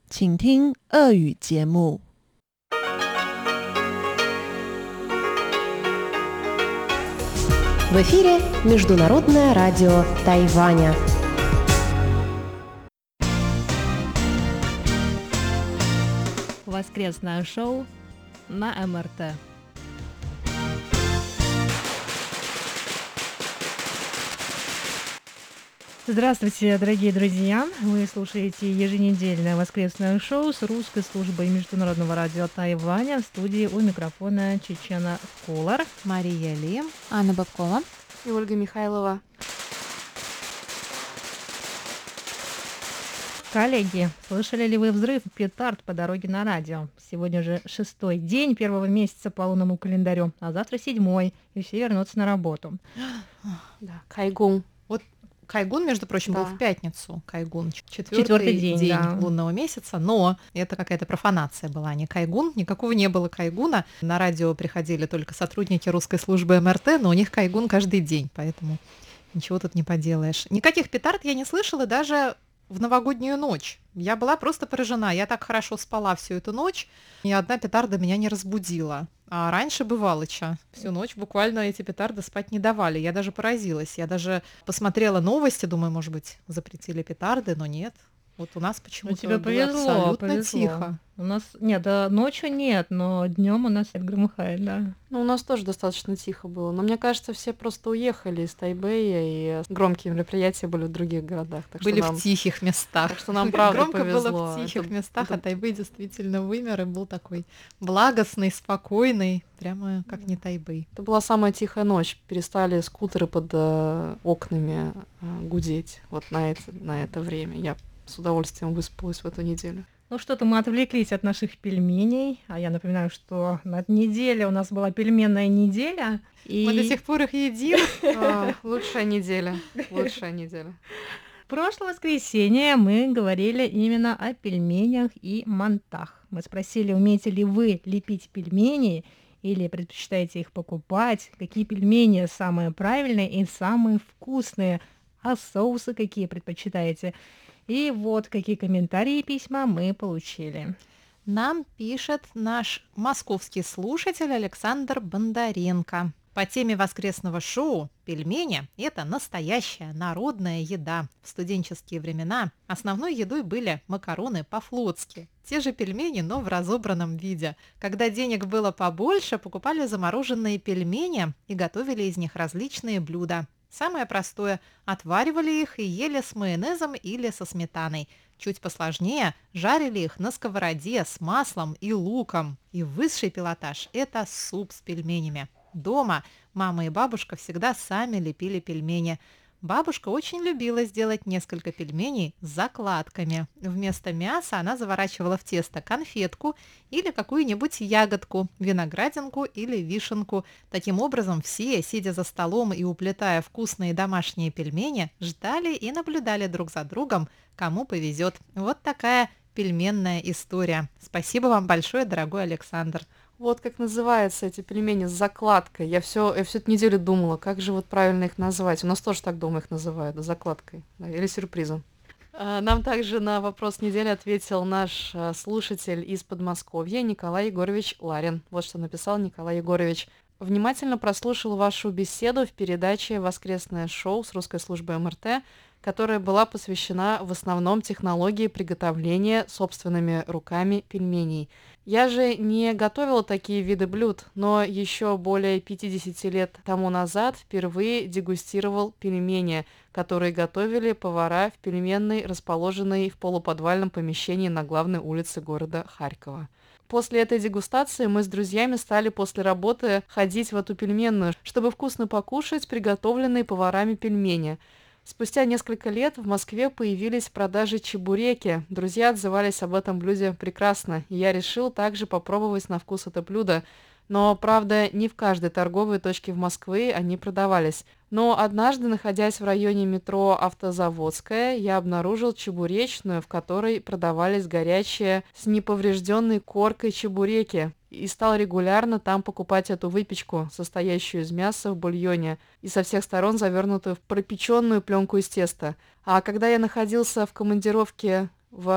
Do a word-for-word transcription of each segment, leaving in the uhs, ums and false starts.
请听俄语节目。 В эфире Международное радио Тайваня. Воскресное шоу на эм эр тэ. Здравствуйте, дорогие друзья! Вы слушаете еженедельное воскресное шоу с русской службой Международного радио Тайваня. В студии у микрофона Чечена Кулар, Мария Ли, Анна Бабкова и Ольга Михайлова. Коллеги, слышали ли вы взрыв петард по дороге на радио? Сегодня же шестой день первого месяца по лунному календарю, а завтра седьмой, и все вернутся на работу. Да, Кайгун. Вот Кайгун, между прочим, Да. был в пятницу. Кайгун четвертый, Четвёртый день, день, да. лунного месяца, но это какая-то профанация была, не Кайгун, никакого не было Кайгуна. На радио приходили только сотрудники русской службы эм эр тэ, но у них Кайгун каждый день, поэтому ничего тут не поделаешь. Никаких петард я не слышала даже в новогоднюю ночь. Я была просто поражена. Я так хорошо спала всю эту ночь, ни одна петарда меня не разбудила. А раньше бывало, ча. Всю ночь буквально эти петарды спать не давали. Я даже поразилась. Я даже посмотрела новости, думаю, может быть, запретили петарды, но нет. Вот у нас Ну, почему-то тебе было повезло, абсолютно повезло. тихо. У нас нет, да, ночью нет, но днем у нас это громыхает, да. Ну, у нас тоже достаточно тихо было. Но мне кажется, все просто уехали из Тайбэя, и громкие мероприятия были в других городах. Так Были что нам... в тихих местах. Так что нам правда Громко повезло. было в тихих Это- местах, это- а Тайбэй действительно вымер и был такой благостный, спокойный, прямо как не Тайбэй. Это была самая тихая ночь. Перестали скутеры под э, окнами э, гудеть вот на это, на это время. Я с удовольствием выспалась в эту неделю. Ну что-то мы отвлеклись от наших пельменей, а я напоминаю, что на неделе у нас была пельменная неделя. И Мы до сих пор их едим. А, Лучшая неделя. Лучшая неделя. в прошлое воскресенье мы говорили именно о пельменях и мантах. Мы спросили, умеете ли вы лепить пельмени или предпочитаете их покупать, какие пельмени самые правильные и самые вкусные, а соусы какие предпочитаете. И вот какие комментарии и письма мы получили. Нам пишет наш московский слушатель Александр Бондаренко. По теме воскресного шоу пельмени – это настоящая народная еда. В студенческие времена основной едой были макароны по-флотски. Те же пельмени, но в разобранном виде. Когда денег было побольше, покупали замороженные пельмени и готовили из них различные блюда. Самое простое – отваривали их и ели с майонезом или со сметаной. Чуть посложнее – жарили их на сковороде с маслом и луком. И высший пилотаж – это суп с пельменями. Дома мама и бабушка всегда сами лепили пельмени. Бабушка очень любила сделать несколько пельменей с закладками. Вместо мяса она заворачивала в тесто конфетку или какую-нибудь ягодку, виноградинку или вишенку. Таким образом, все, сидя за столом и уплетая вкусные домашние пельмени, ждали и наблюдали друг за другом, кому повезет. Вот такая пельменная история. Спасибо вам большое, дорогой Александр. Вот как называются эти пельмени с закладкой. Я все, я всю эту неделю думала, как же вот правильно их назвать. У нас тоже так дома их называют, да, закладкой, да, или сюрпризом. А, Нам также на вопрос недели ответил наш а, слушатель из Подмосковья Николай Егорович Ларин. Вот что написал Николай Егорович. Внимательно прослушал вашу беседу в передаче «Воскресное шоу» с русской службой эм эр тэ, которая была посвящена в основном технологии приготовления собственными руками пельменей. Я же не готовила такие виды блюд, но еще более пятьдесят лет тому назад впервые дегустировал пельмени, которые готовили повара в пельменной, расположенной в полуподвальном помещении на главной улице города Харькова. После этой дегустации мы с друзьями стали после работы ходить в эту пельменную, чтобы вкусно покушать приготовленные поварами пельмени. Спустя несколько лет в Москве появились в продаже чебуреки. Друзья отзывались об этом блюде прекрасно, и я решил также попробовать на вкус это блюдо. Но, правда, не в каждой торговой точке в Москве они продавались. Но однажды, находясь в районе метро Автозаводская, я обнаружил чебуречную, в которой продавались горячие с неповрежденной коркой чебуреки, и стал регулярно там покупать эту выпечку, состоящую из мяса в бульоне и со всех сторон завернутую в пропеченную пленку из теста. А когда я находился в командировке в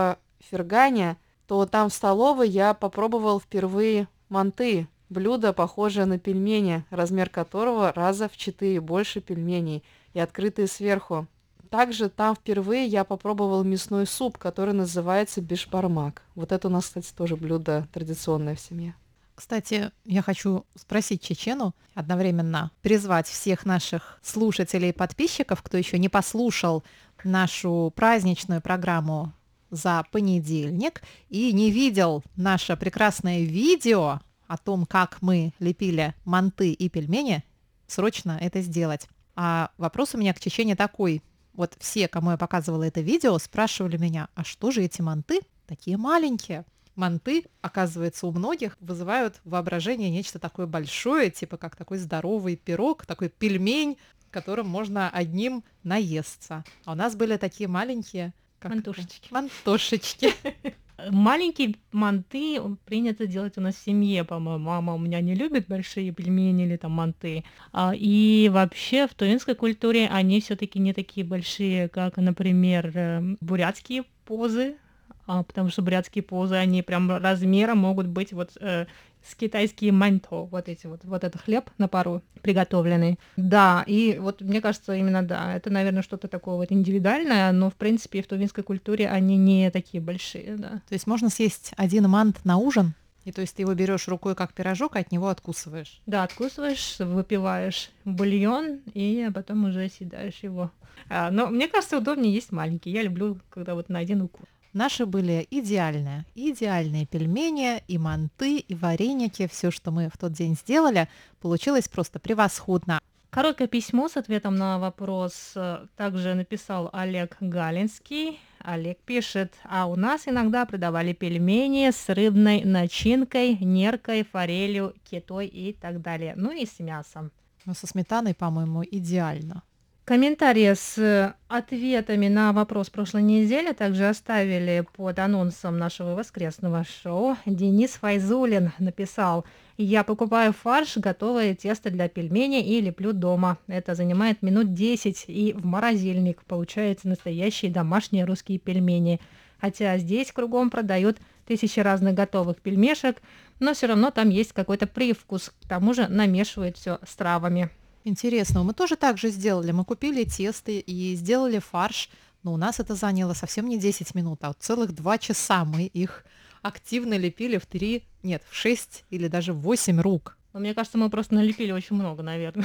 Фергане, то там в столовой я попробовал впервые манты, блюдо, похожее на пельмени, размер которого раза в четыре больше пельменей и открытые сверху. Также там впервые я попробовал мясной суп, который называется бишбармак. Вот это у нас, кстати, тоже блюдо традиционное в семье. Кстати, я хочу спросить Чечену, одновременно призвать всех наших слушателей и подписчиков, кто еще не послушал нашу праздничную программу за понедельник и не видел наше прекрасное видео о том, как мы лепили манты и пельмени, срочно это сделать. А вопрос у меня к Чечене такой. Вот все, кому я показывала это видео, спрашивали меня, а что же эти манты такие маленькие? Манты, оказывается, у многих вызывают в воображении нечто такое большое, типа как такой здоровый пирог, такой пельмень, которым можно одним наесться. А у нас были такие маленькие... Как Мантушечки. это? Мантушечки. Маленькие манты принято делать у нас в семье, по-моему. Мама у меня не любит большие пельмени или там манты. А, и вообще в тувинской культуре они все-таки не такие большие, как, например, э, бурятские позы, а, потому что бурятские позы, они прям размером могут быть вот э, с китайские манто, вот эти вот, вот это хлеб на пару приготовленный. Да, и вот мне кажется, именно да, это, наверное, что-то такое вот индивидуальное, но, в принципе, в тувинской культуре они не такие большие, да. То есть можно съесть один мант на ужин, и то есть ты его берешь рукой как пирожок, а от него откусываешь. Да, откусываешь, выпиваешь бульон, и потом уже съедаешь его. А, но мне кажется, удобнее есть маленький. Я люблю, когда вот на один укус. Наши были идеальные, идеальные пельмени, и манты, и вареники. Все, что мы в тот день сделали, получилось просто превосходно. Короткое письмо с ответом на вопрос также написал Олег Галинский. Олег пишет, а у нас иногда продавали пельмени с рыбной начинкой, неркой, форелью, китой и так далее. Ну и с мясом. Ну, со сметаной, по-моему, идеально. Комментарии с ответами на вопрос прошлой недели также оставили под анонсом нашего воскресного шоу. Денис Файзулин написал: «Я покупаю фарш, готовое тесто для пельменей и леплю дома. Это занимает минут десять, и в морозильник получаются настоящие домашние русские пельмени. Хотя здесь кругом продают тысячи разных готовых пельмешек, но все равно там есть какой-то привкус. К тому же намешивают все с травами». Интересно, мы тоже так же сделали. Мы купили тесто и сделали фарш, но у нас это заняло совсем не десять минут, а вот целых два часа мы их активно лепили в три, нет, в шесть или даже в восемь рук. Но мне кажется, мы просто налепили очень много, наверное.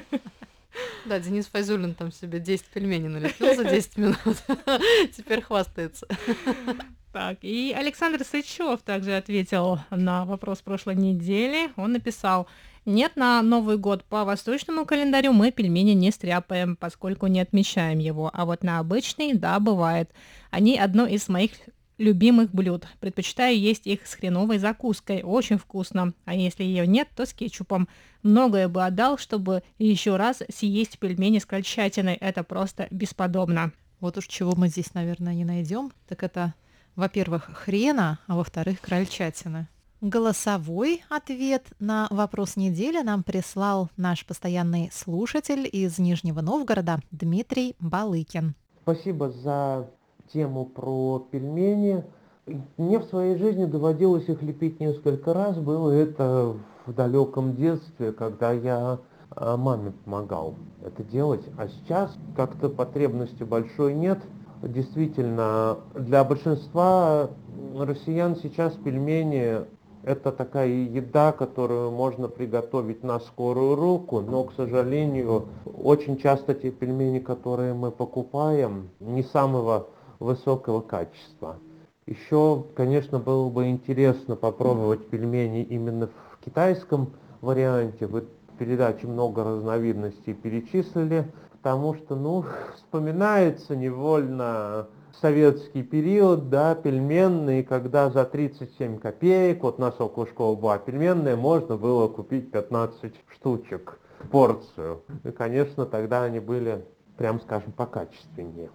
Да, Денис Файзулин там себе десять пельменей налепил за десять минут. Теперь хвастается. Так, и Александр Сычев также ответил на вопрос прошлой недели. Он написал: «Нет, на Новый год по восточному календарю мы пельмени не стряпаем, поскольку не отмечаем его. А вот на обычный, да, бывает. Они одно из моих любимых блюд. Предпочитаю есть их с хреновой закуской. Очень вкусно. А если ее нет, то с кетчупом. Многое бы отдал, чтобы еще раз съесть пельмени с крольчатиной. Это просто бесподобно». Вот уж чего мы здесь, наверное, не найдем, так это, во-первых, хрена, а во-вторых, крольчатина. Голосовой ответ на вопрос недели нам прислал наш постоянный слушатель из Нижнего Новгорода Дмитрий Балыкин. Спасибо за тему про пельмени. Мне в своей жизни доводилось их лепить несколько раз. Было это в далеком детстве, когда я маме помогал это делать. А сейчас как-то потребности большой нет. Действительно, для большинства россиян сейчас пельмени – это такая еда, которую можно приготовить на скорую руку, но, к сожалению, очень часто те пельмени, которые мы покупаем, не самого высокого качества. Еще, конечно, было бы интересно попробовать пельмени именно в китайском варианте. Вы в передаче много разновидностей перечислили, потому что, ну, вспоминается невольно советский период, да, пельменный, когда за тридцать семь копеек, вот на Соколушкова была пельменная, можно было купить пятнадцать штучек в порцию. И, конечно, тогда они были, прям скажем, покачественнее.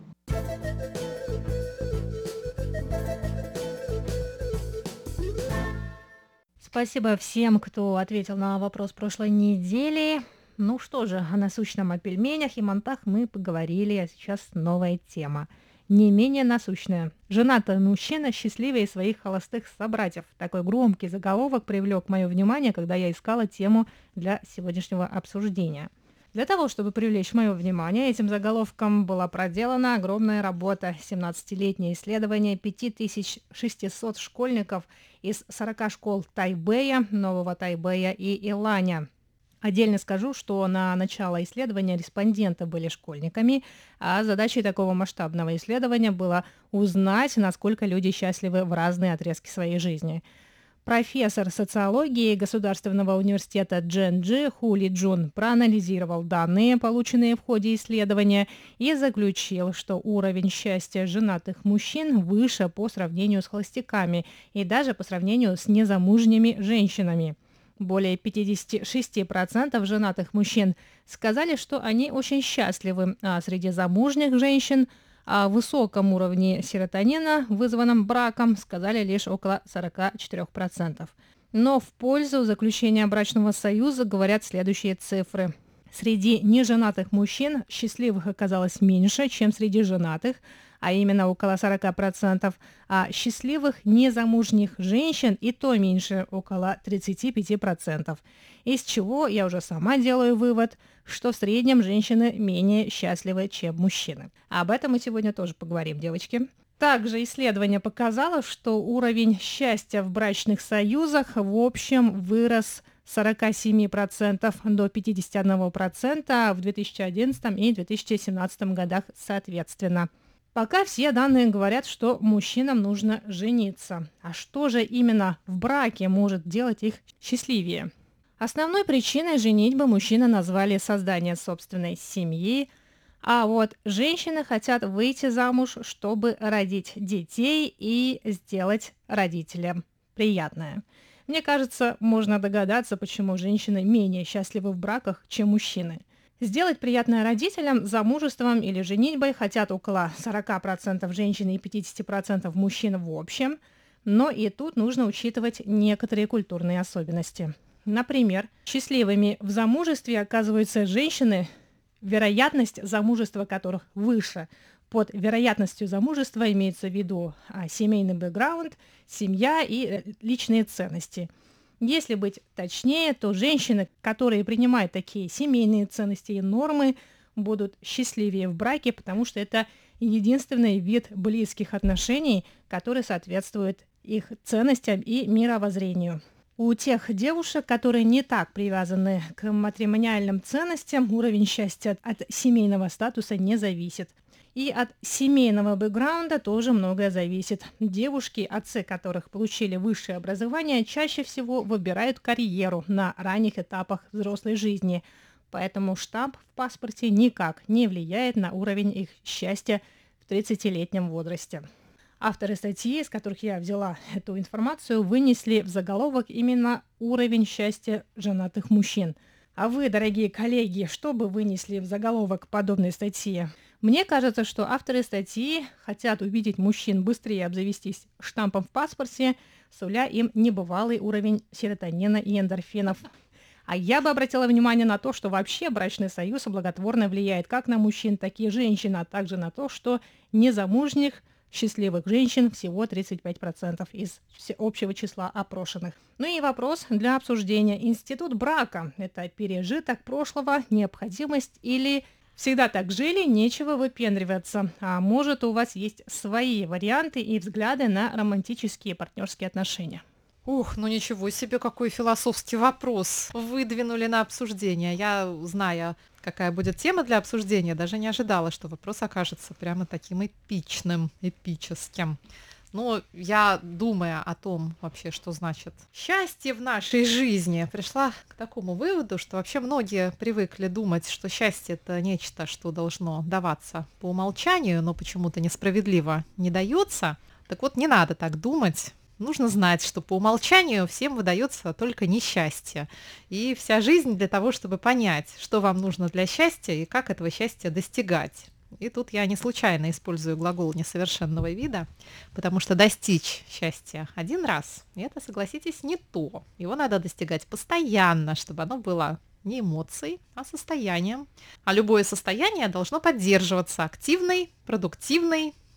Спасибо всем, кто ответил на вопрос прошлой недели. Ну что же, о насущном, о пельменях и мантах мы поговорили, а сейчас новая тема. не менее насущная. Женатый мужчина счастливее своих холостых собратьев. Такой громкий заголовок привлек мое внимание, когда я искала тему для сегодняшнего обсуждения. Для того, чтобы привлечь мое внимание, этим заголовком была проделана огромная работа. семнадцатилетнее исследование пять тысяч шестьсот школьников из сорока школ Тайбэя, Нового Тайбэя и Иланя. Отдельно скажу, что на начало исследования респонденты были школьниками, а задачей такого масштабного исследования было узнать, насколько люди счастливы в разные отрезки своей жизни. Профессор социологии Государственного университета Джэньчжи Ху Ли Джун проанализировал данные, полученные в ходе исследования, и заключил, что уровень счастья женатых мужчин выше по сравнению с холостяками и даже по сравнению с незамужними женщинами. Более пятьдесят шесть процентов женатых мужчин сказали, что они очень счастливы, а среди замужних женщин о высоком уровне серотонина, вызванном браком, сказали лишь около сорок четыре процента. Но в пользу заключения брачного союза говорят следующие цифры. Среди неженатых мужчин счастливых оказалось меньше, чем среди женатых, а именно около сорок процентов, а счастливых незамужних женщин и то меньше, около тридцать пять процентов. Из чего я уже сама делаю вывод, что в среднем женщины менее счастливы, чем мужчины. Об этом мы сегодня тоже поговорим, девочки. Также исследование показало, что уровень счастья в брачных союзах в общем вырос с сорока семи процентов до пятидесяти одного процента в две тысячи одиннадцатом и две тысячи семнадцатом годах соответственно. Пока все данные говорят, что мужчинам нужно жениться. А что же именно в браке может делать их счастливее? Основной причиной женитьбы мужчины назвали создание собственной семьи, а вот женщины хотят выйти замуж, чтобы родить детей и сделать родителям приятное. Мне кажется, можно догадаться, почему женщины менее счастливы в браках, чем мужчины. Сделать приятное родителям замужеством или женитьбой хотят около сорок процентов женщин и пятьдесят процентов мужчин в общем, но и тут нужно учитывать некоторые культурные особенности. Например, счастливыми в замужестве оказываются женщины, вероятность замужества которых выше. Под вероятностью замужества имеется в виду а, семейный бэкграунд, семья и личные ценности. Если быть точнее, то женщины, которые принимают такие семейные ценности и нормы, будут счастливее в браке, потому что это единственный вид близких отношений, который соответствует их ценностям и мировоззрению. У тех девушек, которые не так привязаны к матримониальным ценностям, уровень счастья от семейного статуса не зависит. И от семейного бэкграунда тоже многое зависит. Девушки, отцы которых получили высшее образование, чаще всего выбирают карьеру на ранних этапах взрослой жизни. Поэтому штамп в паспорте никак не влияет на уровень их счастья в тридцатилетнем возрасте. Авторы статьи, из которых я взяла эту информацию, вынесли в заголовок именно уровень счастья женатых мужчин. А вы, дорогие коллеги, что бы вынесли в заголовок подобной статьи? Мне кажется, что авторы статьи хотят увидеть мужчин быстрее обзавестись штампом в паспорте, суля им небывалый уровень серотонина и эндорфинов. А я бы обратила внимание на то, что вообще брачный союз благотворно влияет как на мужчин, так и женщин, а также на то, что незамужних счастливых женщин всего тридцать пять процентов из общего числа опрошенных. Ну и вопрос для обсуждения. Институт брака – это пережиток прошлого, необходимость или всегда так жили, нечего выпендриваться? А может, у вас есть свои варианты и взгляды на романтические партнерские отношения? Ух, ну ничего себе, какой философский вопрос выдвинули на обсуждение. Я, зная, какая будет тема для обсуждения, даже не ожидала, что вопрос окажется прямо таким эпичным, эпическим. Но я, думая о том вообще, что значит счастье в нашей жизни, пришла к такому выводу, что вообще многие привыкли думать, что счастье – это нечто, что должно даваться по умолчанию, но почему-то несправедливо не дается. Так вот, не надо так думать. Нужно знать, что по умолчанию всем выдается только несчастье. И вся жизнь для того, чтобы понять, что вам нужно для счастья и как этого счастья достигать. И тут я не случайно использую глагол несовершенного вида, потому что достичь счастья один раз, и это, согласитесь, не то. Его надо достигать постоянно, чтобы оно было не эмоцией, а состоянием. А любое состояние должно поддерживаться активной, продуктивной,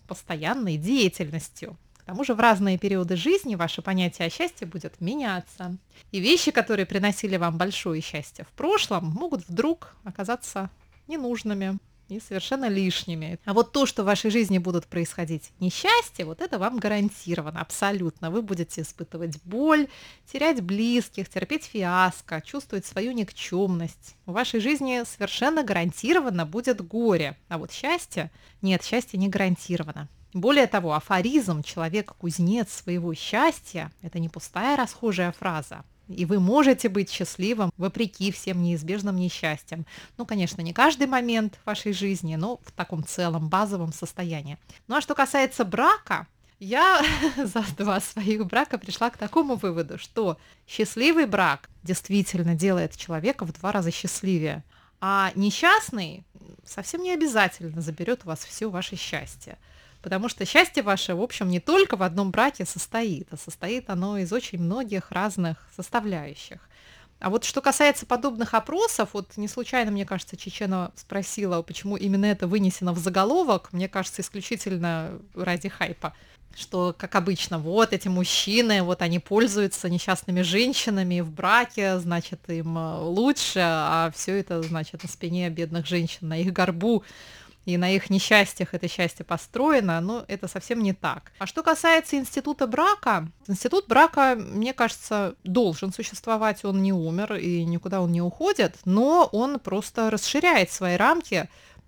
постоянной деятельностью. К тому же в разные периоды жизни ваше понятие о счастье будет меняться. И вещи, которые приносили вам большое счастье в прошлом, могут вдруг оказаться ненужными и совершенно лишними. А вот то, что в вашей жизни будут происходить несчастья, вот это вам гарантировано абсолютно. Вы будете испытывать боль, терять близких, терпеть фиаско, чувствовать свою никчемность. В вашей жизни совершенно гарантированно будет горе. А вот счастье? Нет, счастье не гарантировано. Более того, афоризм «человек кузнец своего счастья» – это не пустая расхожая фраза. И вы можете быть счастливым вопреки всем неизбежным несчастьям. Ну, конечно, не каждый момент вашей жизни, но в таком целом базовом состоянии. Ну, а что касается брака, я за два своих брака пришла к такому выводу, что счастливый брак действительно делает человека в два раза счастливее, а несчастный совсем не обязательно заберет у вас все ваше счастье. Потому что счастье ваше, в общем, не только в одном браке состоит, а состоит оно из очень многих разных составляющих. А вот что касается подобных опросов, вот не случайно, мне кажется, Чечена спросила, почему именно это вынесено в заголовок, мне кажется, исключительно ради хайпа, что, как обычно, вот эти мужчины, вот они пользуются несчастными женщинами в браке, значит, им лучше, а все это, значит, на спине бедных женщин, на их горбу, и на их несчастьях это счастье построено, но это совсем не так. А что касается института брака, институт брака, мне кажется, должен существовать, он не умер и никуда он не уходит, но он просто расширяет свои рамки,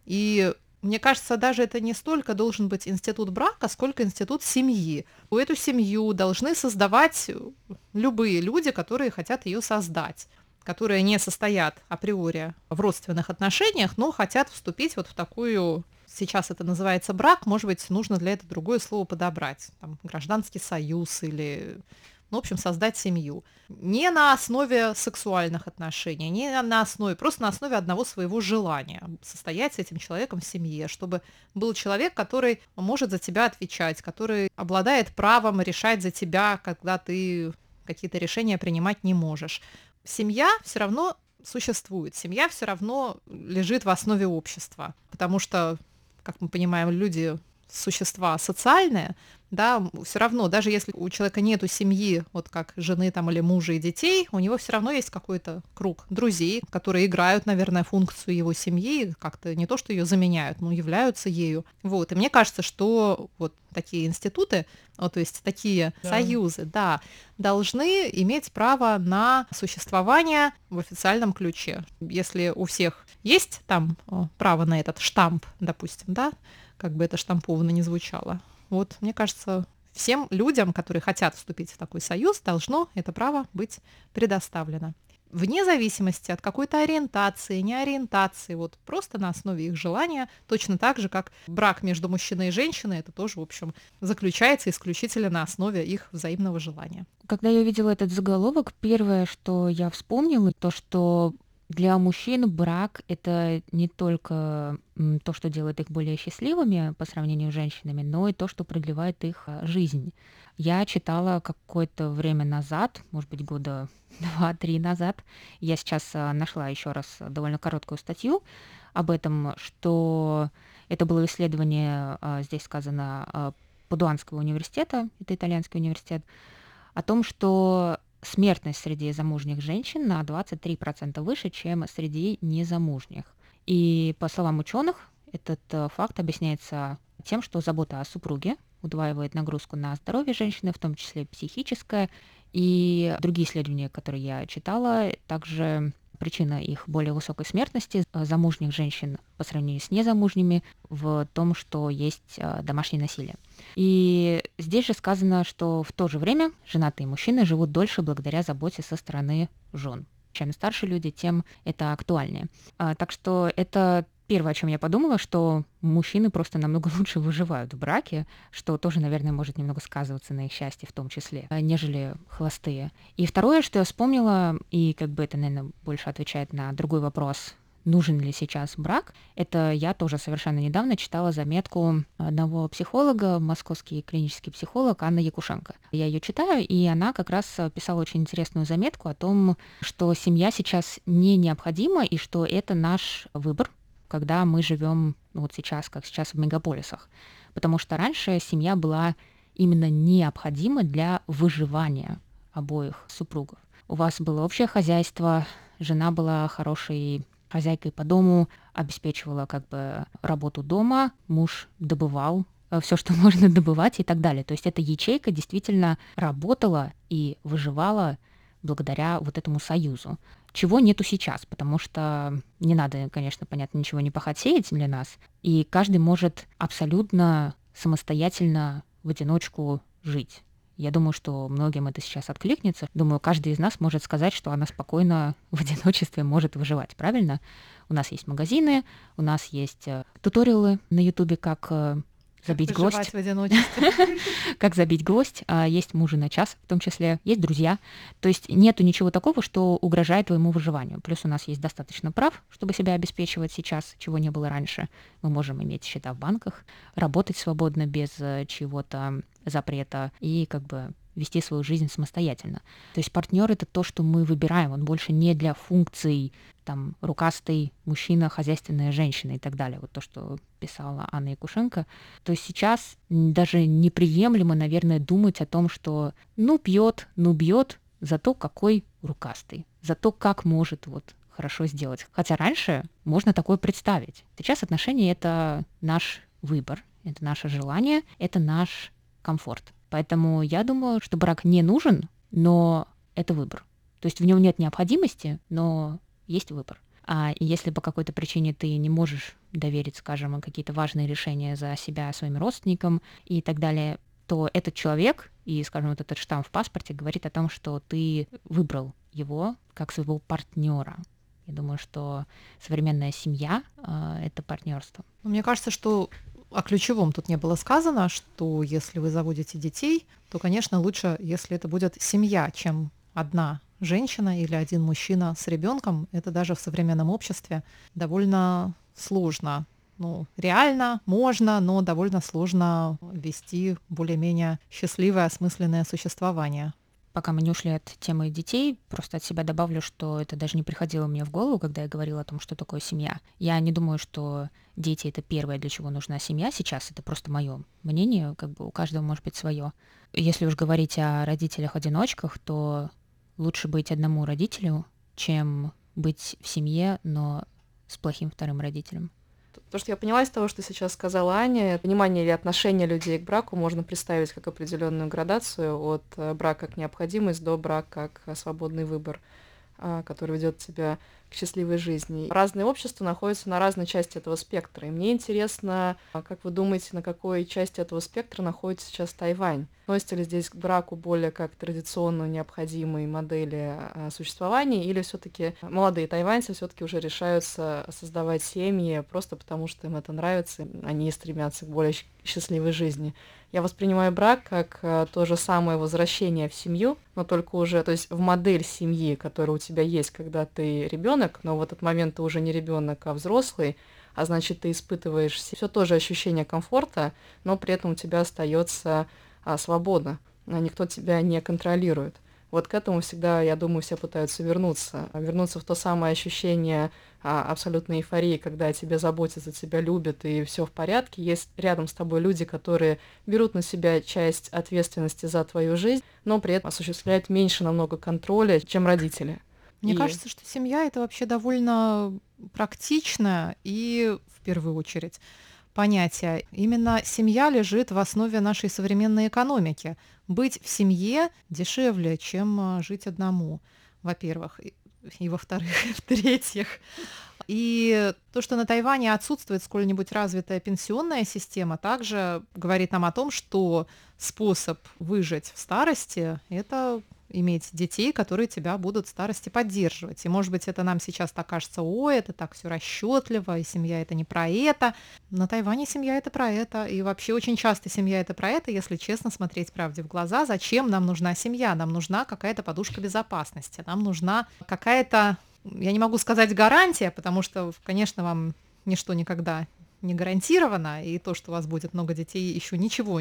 и мне кажется, даже это не столько должен быть институт брака, сколько институт семьи. Эту семью должны создавать любые люди, которые хотят ее создать, которые не состоят априори в родственных отношениях, но хотят вступить вот в такую, сейчас это называется брак, может быть, нужно для этого другое слово подобрать, там, гражданский союз или, ну, в общем, создать семью. Не на основе сексуальных отношений, не на основе, просто на основе одного своего желания состоять с этим человеком в семье, чтобы был человек, который может за тебя отвечать, который обладает правом решать за тебя, когда ты какие-то решения принимать не можешь. Семья все равно существует, семья все равно лежит в основе общества, потому что, как мы понимаем, люди существа социальные, да, все равно, даже если у человека нету семьи, вот как жены там или мужа и детей, у него все равно есть какой-то круг друзей, которые играют, наверное, функцию его семьи, как-то не то, что ее заменяют, но являются ею. Вот, и мне кажется, что вот такие институты, вот, то есть такие да. союзы, да, должны иметь право на существование в официальном ключе. Если у всех есть там право на этот штамп, допустим, да, как бы это штамповано не звучало. Вот, мне кажется, всем людям, которые хотят вступить в такой союз, должно это право быть предоставлено. Вне зависимости от какой-то ориентации, не ориентации, вот просто на основе их желания, точно так же, как брак между мужчиной и женщиной, это тоже, в общем, заключается исключительно на основе их взаимного желания. Когда я увидела этот заголовок, первое, что я вспомнила, то, что для мужчин брак — это не только то, что делает их более счастливыми по сравнению с женщинами, но и то, что продлевает их жизнь. Я читала какое-то время назад, может быть, года два-три назад, я сейчас нашла еще раз довольно короткую статью об этом, что это было исследование, здесь сказано, Падуанского университета, это итальянский университет, о том, что смертность среди замужних женщин на двадцать три процента выше, чем среди незамужних. И по словам ученых, этот факт объясняется тем, что забота о супруге удваивает нагрузку на здоровье женщины, в том числе психическое. И другие исследования, которые я читала, также причина их более высокой смертности замужних женщин по сравнению с незамужними в том, что есть домашнее насилие. И здесь же сказано, что в то же время женатые мужчины живут дольше благодаря заботе со стороны жен. Чем старше люди, тем это актуальнее. Так что это первое, о чем я подумала, что мужчины просто намного лучше выживают в браке, что тоже, наверное, может немного сказываться на их счастье в том числе, нежели холостые. И второе, что я вспомнила, и как бы это, наверное, больше отвечает на другой вопрос, нужен ли сейчас брак, это я тоже совершенно недавно читала заметку одного психолога, московский клинический психолог Анна Якушенко. Я ее читаю, и она как раз писала очень интересную заметку о том, что семья сейчас не необходима, и что это наш выбор, когда мы живем вот сейчас, как сейчас в мегаполисах. потому что раньше семья была именно необходима для выживания обоих супругов. У вас было общее хозяйство, жена была хорошей хозяйкой по дому, обеспечивала как бы работу дома, муж добывал все, что можно добывать и так далее. То есть эта ячейка действительно работала и выживала благодаря вот этому союзу. Чего нету сейчас, потому что не надо, конечно, понятно, ничего не пахать сеять для нас, и каждый может абсолютно самостоятельно в одиночку жить. Я думаю, что многим это сейчас откликнется. Думаю, каждый из нас может сказать, что она спокойно в одиночестве может выживать, правильно? У нас есть магазины, у нас есть э, туториалы на Ютубе, как э, забить гвоздь. В одиночестве. Как забить гвоздь. А есть мужи на час, в том числе, есть друзья. То есть нету ничего такого, что угрожает твоему выживанию. Плюс у нас есть достаточно прав, чтобы себя обеспечивать сейчас, чего не было раньше. Мы можем иметь счета в банках, работать свободно без э, чего-то запрета и как бы вести свою жизнь самостоятельно. То есть партнер — это то, что мы выбираем, он больше не для функций там рукастый мужчина, хозяйственная женщина и так далее. Вот то, что писала Анна Якушенко. То есть сейчас даже неприемлемо, наверное, думать о том, что ну пьет, ну бьет, зато какой рукастый, зато как может вот хорошо сделать. Хотя раньше можно такое представить. Сейчас отношения — это наш выбор, это наше желание, это наш комфорт. Поэтому я думаю, что брак не нужен, но это выбор. То есть в нем нет необходимости, но есть выбор. А если по какой-то причине ты не можешь доверить, скажем, какие-то важные решения за себя своим родственникам и так далее, то этот человек и, скажем, вот этот штамп в паспорте говорит о том, что ты выбрал его как своего партнера. Я думаю, что современная семья э, — это партнерство. Мне кажется, что о ключевом тут не было сказано, что если вы заводите детей, то, конечно, лучше, если это будет семья, чем одна женщина или один мужчина с ребенком. Это даже в современном обществе довольно сложно. Ну, реально можно, но довольно сложно вести более-менее счастливое, осмысленное существование. Пока мы не ушли от темы детей, просто от себя добавлю, что это даже не приходило мне в голову, когда я говорила о том, что такое семья. Я не думаю, что дети — это первое, для чего нужна семья сейчас. Это просто мое мнение, как бы у каждого может быть свое. Если уж говорить о родителях-одиночках, то лучше быть одному родителю, чем быть в семье, но с плохим вторым родителем. То, что я поняла из того, что сейчас сказала Аня, понимание или отношение людей к браку можно представить как определенную градацию от брака как необходимость до брака как свободный выбор, который ведет тебя к счастливой жизни. Разные общества находятся на разной части этого спектра. И мне интересно, как вы думаете, на какой части этого спектра находится сейчас Тайвань? Относится ли здесь к браку более как традиционно необходимой модели существования, или все-таки молодые тайваньцы все-таки уже решаются создавать семьи просто потому, что им это нравится, они стремятся к более счастливой жизни? Я воспринимаю брак как то же самое возвращение в семью, но только уже, то есть в модель семьи, которая у тебя есть, когда ты ребенок, но в этот момент ты уже не ребенок, а взрослый, а значит, ты испытываешь все то же ощущение комфорта, но при этом у тебя остается а, свобода, а никто тебя не контролирует. Вот к этому всегда, я думаю, все пытаются вернуться. Вернуться в то самое ощущение а, абсолютной эйфории, когда тебя заботятся, тебя любят и все в порядке. Есть рядом с тобой люди, которые берут на себя часть ответственности за твою жизнь, но при этом осуществляют меньше намного контроля, чем родители. Мне И... кажется, что семья — это вообще довольно практично и, в первую очередь, понятие. Именно семья лежит в основе нашей современной экономики. Быть в семье дешевле, чем жить одному, во-первых. И, и во-вторых, и в-третьих. И то, что на Тайване отсутствует сколь-нибудь развитая пенсионная система, также говорит нам о том, что способ выжить в старости — это иметь детей, которые тебя будут в старости поддерживать. И, может быть, это нам сейчас так кажется: ой, это так все расчетливо, и семья — это не про это. На Тайване семья — это про это. И вообще очень часто семья — это про это, если честно смотреть правде в глаза. Зачем нам нужна семья? Нам нужна какая-то подушка безопасности. Нам нужна какая-то, я не могу сказать гарантия, потому что, конечно, вам ничто никогда не гарантировано, и то, что у вас будет много детей, еще ничего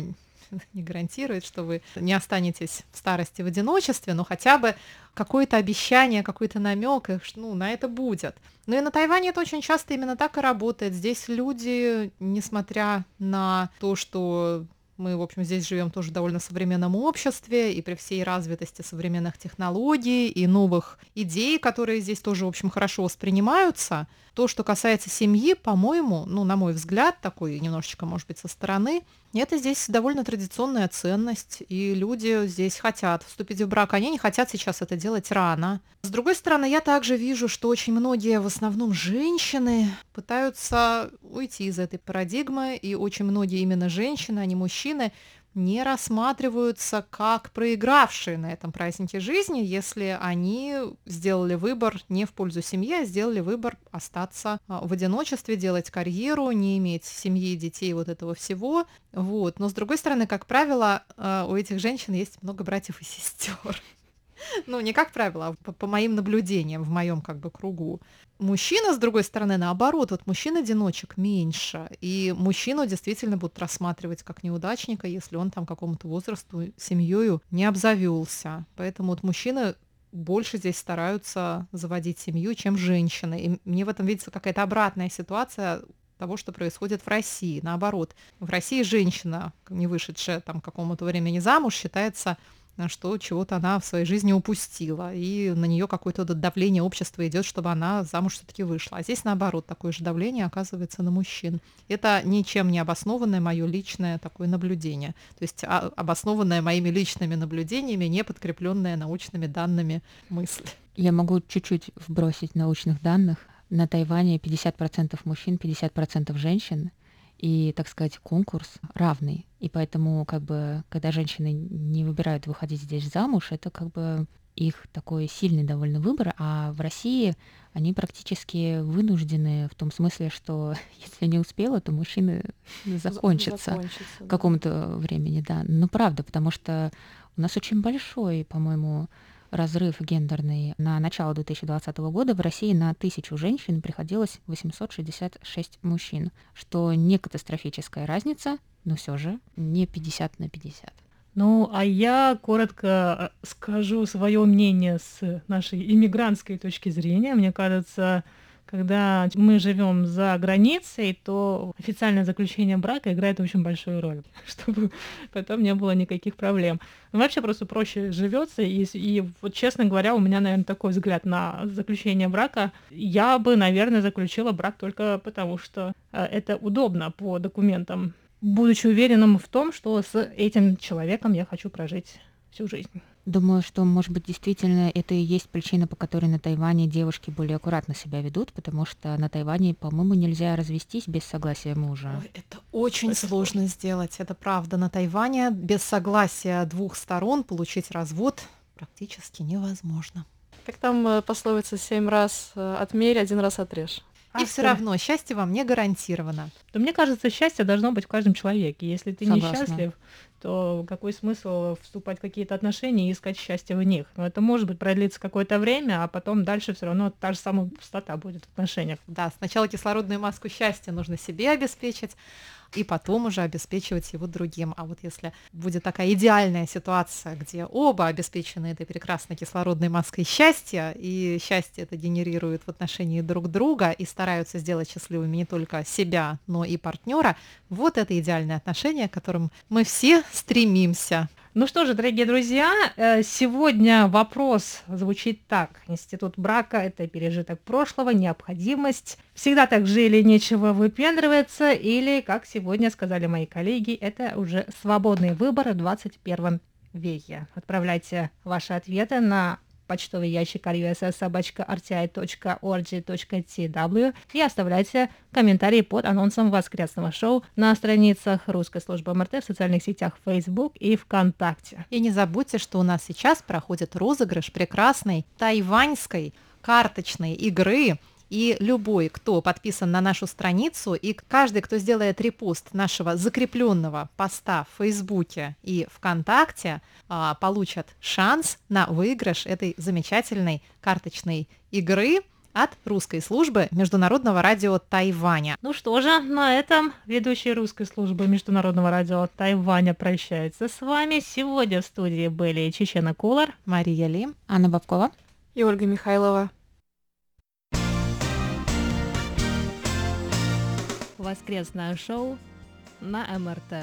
не гарантирует, что вы не останетесь в старости в одиночестве, но хотя бы какое-то обещание, какой-то намек, ну, на это будет. Но и на Тайване это очень часто именно так и работает. Здесь люди, несмотря на то, что мы, в общем, здесь живем тоже в довольно современном обществе, и при всей развитости современных технологий и новых идей, которые здесь тоже, в общем, хорошо воспринимаются, то, что касается семьи, по-моему, ну, на мой взгляд, такой немножечко, может быть, со стороны, это здесь довольно традиционная ценность, и люди здесь хотят вступить в брак, они не хотят сейчас это делать рано. С другой стороны, я также вижу, что очень многие, в основном женщины, пытаются уйти из этой парадигмы, и очень многие именно женщины, а не мужчины, не рассматриваются как проигравшие на этом празднике жизни, если они сделали выбор не в пользу семьи, а сделали выбор остаться в одиночестве, делать карьеру, не иметь семьи, детей, вот этого всего. Вот. Но, с другой стороны, как правило, у этих женщин есть много братьев и сестер. Ну, не как правило, а по, по моим наблюдениям в моем как бы кругу. Мужчина, с другой стороны, наоборот, вот мужчин-одиночек меньше, и мужчину действительно будут рассматривать как неудачника, если он там к какому-то возрасту семьёю не обзавелся. Поэтому вот мужчины больше здесь стараются заводить семью, чем женщины. И мне в этом видится какая-то обратная ситуация того, что происходит в России. Наоборот, в России женщина, не вышедшая там к какому-то времени замуж, считается, что чего-то она в своей жизни упустила, и на нее какое-то давление общества идет, чтобы она замуж все-таки вышла. А здесь, наоборот, такое же давление оказывается на мужчин. Это ничем не обоснованное мое личное такое наблюдение. То есть обоснованное моими личными наблюдениями, не подкрепленное научными данными мысль. Я могу чуть-чуть вбросить научных данных. На Тайване пятьдесят процентов мужчин, пятьдесят процентов женщин. И, так сказать, конкурс равный. И поэтому, как бы, когда женщины не выбирают выходить здесь замуж, это как бы их такой сильный довольно выбор, а в России они практически вынуждены в том смысле, что если не успела, то мужчины закончатся, закончатся к какому-то да. времени, да. Ну, правда, потому что у нас очень большой, по-моему, разрыв гендерный. На начало две тысячи двадцатого года в России на тысячу женщин приходилось восемьсот шестьдесят шесть мужчин, что не катастрофическая разница, но все же не пятьдесят на пятьдесят. Ну, а я коротко скажу свое мнение с нашей иммигрантской точки зрения. Мне кажется, когда мы живем за границей, то официальное заключение брака играет очень большую роль, чтобы потом не было никаких проблем. Ну, вообще просто проще живется, и, и вот, честно говоря, у меня, наверное, такой взгляд на заключение брака. Я бы, наверное, заключила брак только потому, что э, это удобно по документам, будучи уверенным в том, что с этим человеком я хочу прожить всю жизнь. Думаю, что, может быть, действительно это и есть причина, по которой на Тайване девушки более аккуратно себя ведут, потому что на Тайване, по-моему, нельзя развестись без согласия мужа. Ой, это очень это сложно сделать, это правда. На Тайване без согласия двух сторон получить развод практически невозможно. Как там пословица «семь раз отмерь, один раз отрежь». И все равно счастье вам не гарантировано. То мне кажется, счастье должно быть в каждом человеке. Если ты Согласна. несчастлив, то какой смысл вступать в какие-то отношения и искать счастье в них? Но это может быть продлится какое-то время, а потом дальше все равно та же самая пустота будет в отношениях. Да, сначала кислородную маску счастья нужно себе обеспечить, и потом уже обеспечивать его другим. А вот если будет такая идеальная ситуация, где оба обеспечены этой прекрасной кислородной маской счастья, и счастье это генерирует в отношении друг друга, и стараются сделать счастливыми не только себя, но и партнера, вот это идеальное отношение, к которым мы все стремимся. Ну что же, дорогие друзья, сегодня вопрос звучит так. Институт брака – это пережиток прошлого, необходимость. Всегда так жили, нечего выпендриваться. Или, как сегодня сказали мои коллеги, это уже свободный выбор в двадцать первом веке. Отправляйте ваши ответы на почтовый ящик эр ю эс эс собака эр ти ай точка орг точка ти дабл ю и оставляйте комментарии под анонсом воскресного шоу на страницах русской службы эм эр тэ в социальных сетях Facebook и ВКонтакте. И не забудьте, что у нас сейчас проходит розыгрыш прекрасной тайваньской карточной игры. И любой, кто подписан на нашу страницу, и каждый, кто сделает репост нашего закрепленного поста в Фейсбуке и ВКонтакте, получат шанс на выигрыш этой замечательной карточной игры. от русской службы Международного радио Тайваня. Ну что же, на этом ведущие русской службы Международного радио Тайваня прощаются с вами. Сегодня в студии были Чечена Кулар, Мария Ли, Анна Бабкова и Ольга Михайлова. Воскресное шоу на эм эр тэ.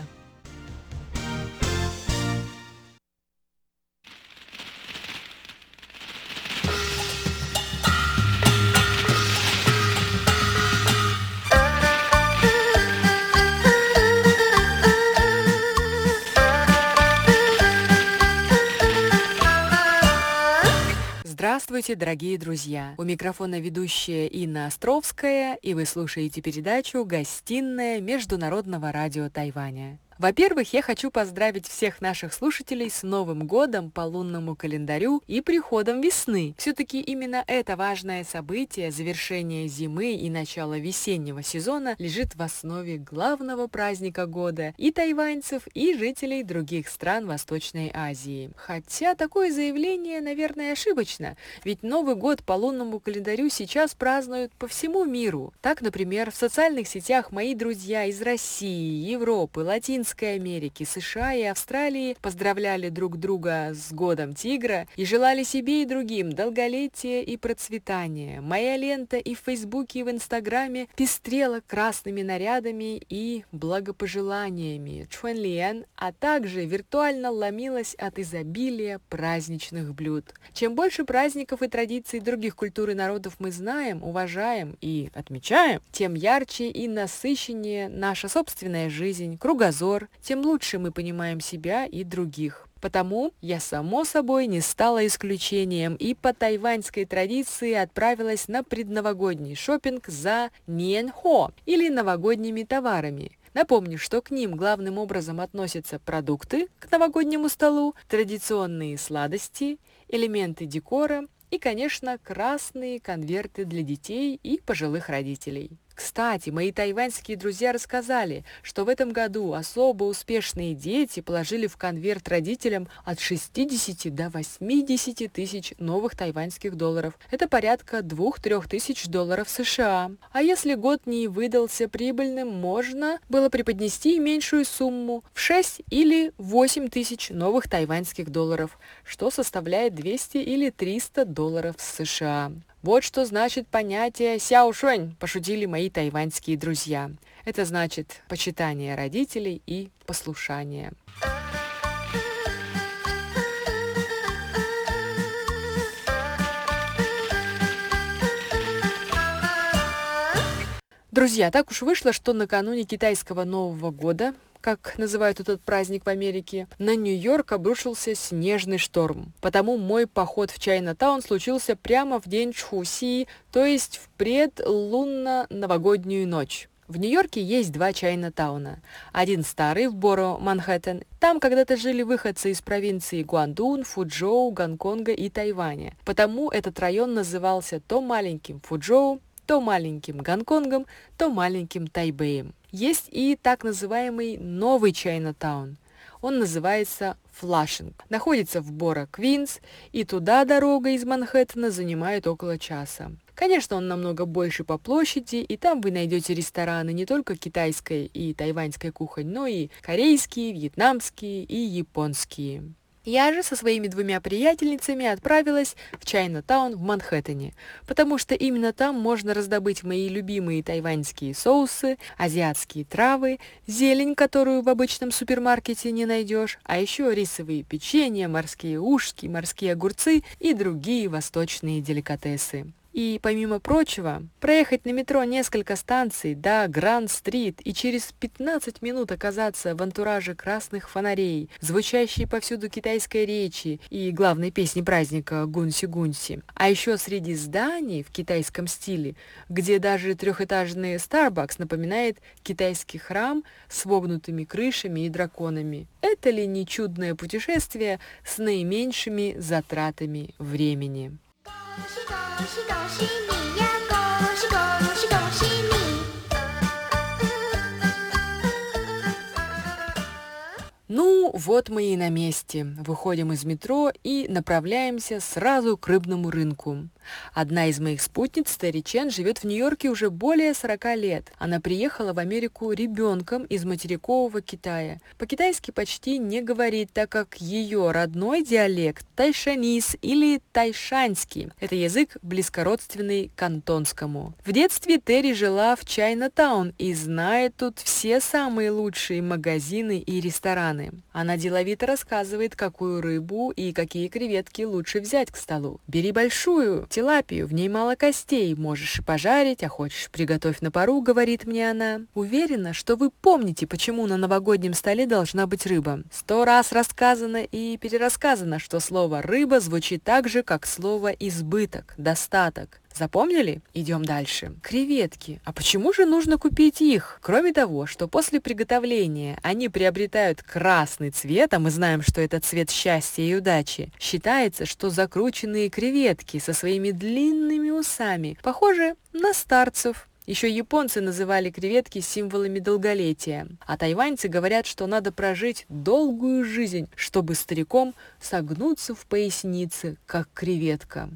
Здравствуйте, дорогие друзья! У микрофона ведущая Инна Островская, и вы слушаете передачу «Гостиная Международного радио Тайваня». Во-первых, я хочу поздравить всех наших слушателей с Новым годом по лунному календарю и приходом весны. Все-таки именно это важное событие, завершение зимы и начало весеннего сезона, лежит в основе главного праздника года и тайваньцев, и жителей других стран Восточной Азии. Хотя такое заявление, наверное, ошибочно, ведь Новый год по лунному календарю сейчас празднуют по всему миру. Так, например, в социальных сетях мои друзья из России, Европы, Латинской Америки, США и Австралии поздравляли друг друга с Годом Тигра и желали себе и другим долголетия и процветания. Моя лента и в Фейсбуке, и в Инстаграме пестрела красными нарядами и благопожеланиями Чуэнлиэн, а также виртуально ломилась от изобилия праздничных блюд. Чем больше праздников и традиций других культур и народов мы знаем, уважаем и отмечаем, тем ярче и насыщеннее наша собственная жизнь, кругозор, тем лучше мы понимаем себя и других. Потому я, само собой, не стала исключением и по тайваньской традиции отправилась на предновогодний шопинг за ниэнхо или новогодними товарами. Напомню, что к ним главным образом относятся продукты к новогоднему столу, традиционные сладости, элементы декора и, конечно, красные конверты для детей и пожилых родителей. Кстати, мои тайваньские друзья рассказали, что в этом году особо успешные дети положили в конверт родителям от шестидесяти до восьмидесяти тысяч новых тайваньских долларов. Это порядка двух-трех тысяч долларов США. А если год не выдался прибыльным, можно было преподнести меньшую сумму в шесть или восемь тысяч новых тайваньских долларов, что составляет двести или триста долларов США. Вот что значит понятие «сяошуэнь», пошутили мои тайваньские друзья. Это значит почитание родителей и послушание. Друзья, так уж вышло, что накануне китайского Нового года, как называют этот праздник в Америке, на Нью-Йорк обрушился снежный шторм. Потому мой поход в Чайнатаун случился прямо в день Чхуси, то есть в предлунно-новогоднюю ночь. В Нью-Йорке есть два Чайнатауна. Один старый в Боро, Манхэттен. Там когда-то жили выходцы из провинций Гуандун, Фуджоу, Гонконга и Тайваня. Потому этот район назывался то маленьким Фуджоу, то маленьким Гонконгом, то маленьким Тайбэем. Есть и так называемый новый Чайнатаун. Он называется Флашинг. Находится в Боро, Квинс, и туда дорога из Манхэттена занимает около часа. Конечно, он намного больше по площади, и там вы найдете рестораны не только китайской и тайваньской кухонь, но и корейские, вьетнамские и японские. Я же со своими двумя приятельницами отправилась в Чайнатаун в Манхэттене, потому что именно там можно раздобыть мои любимые тайваньские соусы, азиатские травы, зелень, которую в обычном супермаркете не найдешь, а еще рисовые печенья, морские ушки, морские огурцы и другие восточные деликатесы. И, помимо прочего, проехать на метро несколько станций до Гранд-стрит и через пятнадцать минут оказаться в антураже красных фонарей, звучащей повсюду китайской речи и главной песни праздника «Гунси-гунси». А еще среди зданий в китайском стиле, где даже трехэтажный Starbucks напоминает китайский храм с вогнутыми крышами и драконами. Это ли не чудное путешествие с наименьшими затратами времени? Ну, вот мы и на месте. Выходим из метро и направляемся сразу к рыбному рынку. Одна из моих спутниц, Терри Чен, живет в Нью-Йорке уже более сорока лет. Она приехала в Америку ребенком из материкового Китая. По-китайски почти не говорит, так как ее родной диалект – тайшанис или тайшанский. Это язык близкородственный кантонскому. В детстве Терри жила в Чайна-таун и знает тут все самые лучшие магазины и рестораны. Она деловито рассказывает, какую рыбу и какие креветки лучше взять к столу. Бери большую тилапию, в ней мало костей, можешь и пожарить, а хочешь приготовь на пару, говорит мне она. Уверена, что вы помните, почему на новогоднем столе должна быть рыба. Сто раз рассказано и перерассказано, что слово «рыба» звучит так же, как слово «избыток», «достаток». Запомнили? Идем дальше. Креветки. А почему же нужно купить их? Кроме того, что после приготовления они приобретают красный цвет, а мы знаем, что это цвет счастья и удачи, считается, что закрученные креветки со своими длинными усами похожи на старцев. Еще японцы называли креветки символами долголетия, а тайваньцы говорят, что надо прожить долгую жизнь, чтобы стариком согнуться в пояснице, как креветка.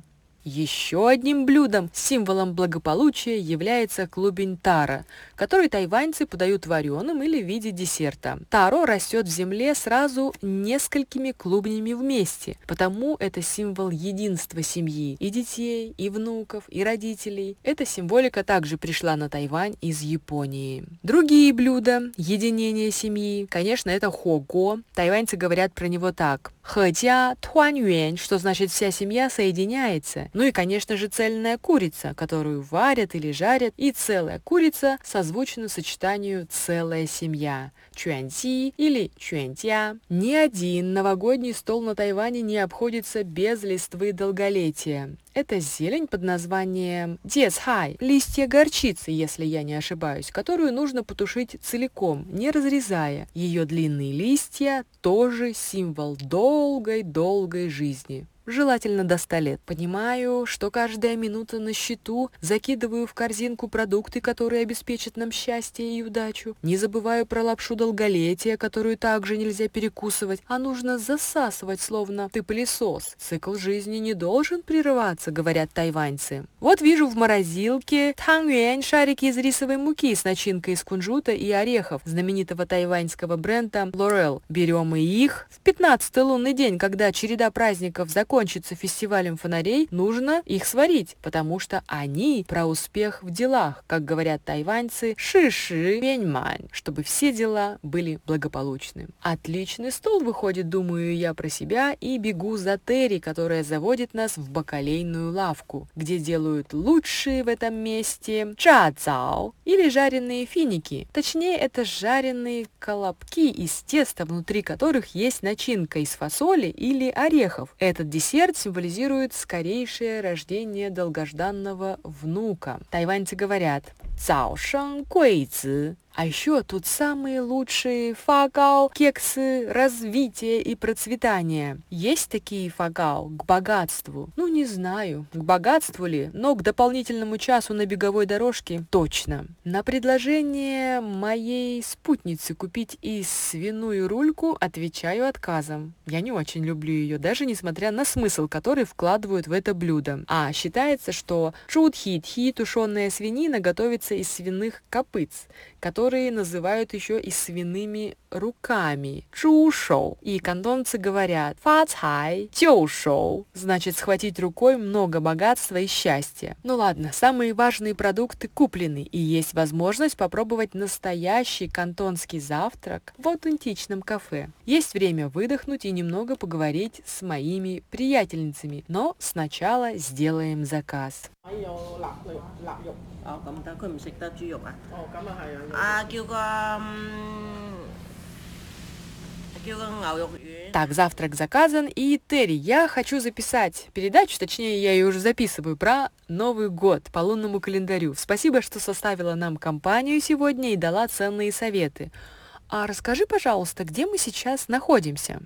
Еще одним блюдом, символом благополучия, является клубень таро, который тайваньцы подают вареным или в виде десерта. Таро растет в земле сразу несколькими клубнями вместе, потому это символ единства семьи, и детей, и внуков, и родителей. Эта символика также пришла на Тайвань из Японии. Другие блюда единения семьи, конечно, это хого. Тайваньцы говорят про него так: хэджа туанюэнь, что значит вся семья соединяется. Ну и, конечно же, цельная курица, которую варят или жарят, и целая курица созвучна сочетанию «целая семья» – чуаньци или чуаньтя. Ни один новогодний стол на Тайване не обходится без листвы долголетия. Это зелень под названием децхай, листья горчицы, если я не ошибаюсь, которую нужно потушить целиком, не разрезая. Ее длинные листья тоже символ долгой-долгой жизни. Желательно до ста лет. Понимаю, что каждая минута на счету, закидываю в корзинку продукты, которые обеспечат нам счастье и удачу. Не забываю про лапшу долголетия, которую также нельзя перекусывать, а нужно засасывать, словно ты пылесос. Цикл жизни не должен прерываться, говорят тайваньцы. Вот вижу в морозилке тангюэнь, шарики из рисовой муки с начинкой из кунжута и орехов знаменитого тайваньского бренда L'Oreal. Берем и их. В пятнадцатый лунный день, когда череда праздников закончится, кончится фестивалем фонарей, нужно их сварить, потому что они про успех в делах, как говорят тайваньцы, шиши пеньмань, чтобы все дела были благополучны. Отличный стол выходит, думаю я про себя, и бегу за Терри, которая заводит нас в бакалейную лавку, где делают лучшие в этом месте ча-цао или жареные финики. Точнее, это жареные колобки из теста, внутри которых есть начинка из фасоли или орехов. Этот десерт символизирует скорейшее рождение долгожданного внука. Тайваньцы говорят «цао шэн гуэй цзы». А еще тут самые лучшие фагао, кексы, развития и процветания. Есть такие фагао к богатству? Ну, не знаю, к богатству ли, но к дополнительному часу на беговой дорожке точно. На предложение моей спутницы купить и свиную рульку отвечаю отказом. Я не очень люблю ее, даже несмотря на смысл, который вкладывают в это блюдо. А считается, что чудхи-тхи, тушеная свинина, готовится из свиных копыц, которые называют еще и свиными руками – чу-шоу. И кантонцы говорят «фа-цай тю-шоу», значит схватить рукой много богатства и счастья. Ну ладно, самые важные продукты куплены, и есть возможность попробовать настоящий кантонский завтрак в аутентичном кафе. Есть время выдохнуть и немного поговорить с моими приятельницами, но сначала сделаем заказ. 哦，咁得，佢唔食得豬肉啊？哦，咁啊係啊。啊，叫個嗯叫個牛肉丸。 Так, завтрак заказан. И, Терри, я хочу записать передачу, точнее, я ее уже записываю, про Новый год по лунному календарю. Спасибо, что составила нам компанию сегодня и дала ценные советы. А расскажи, пожалуйста, где мы сейчас находимся?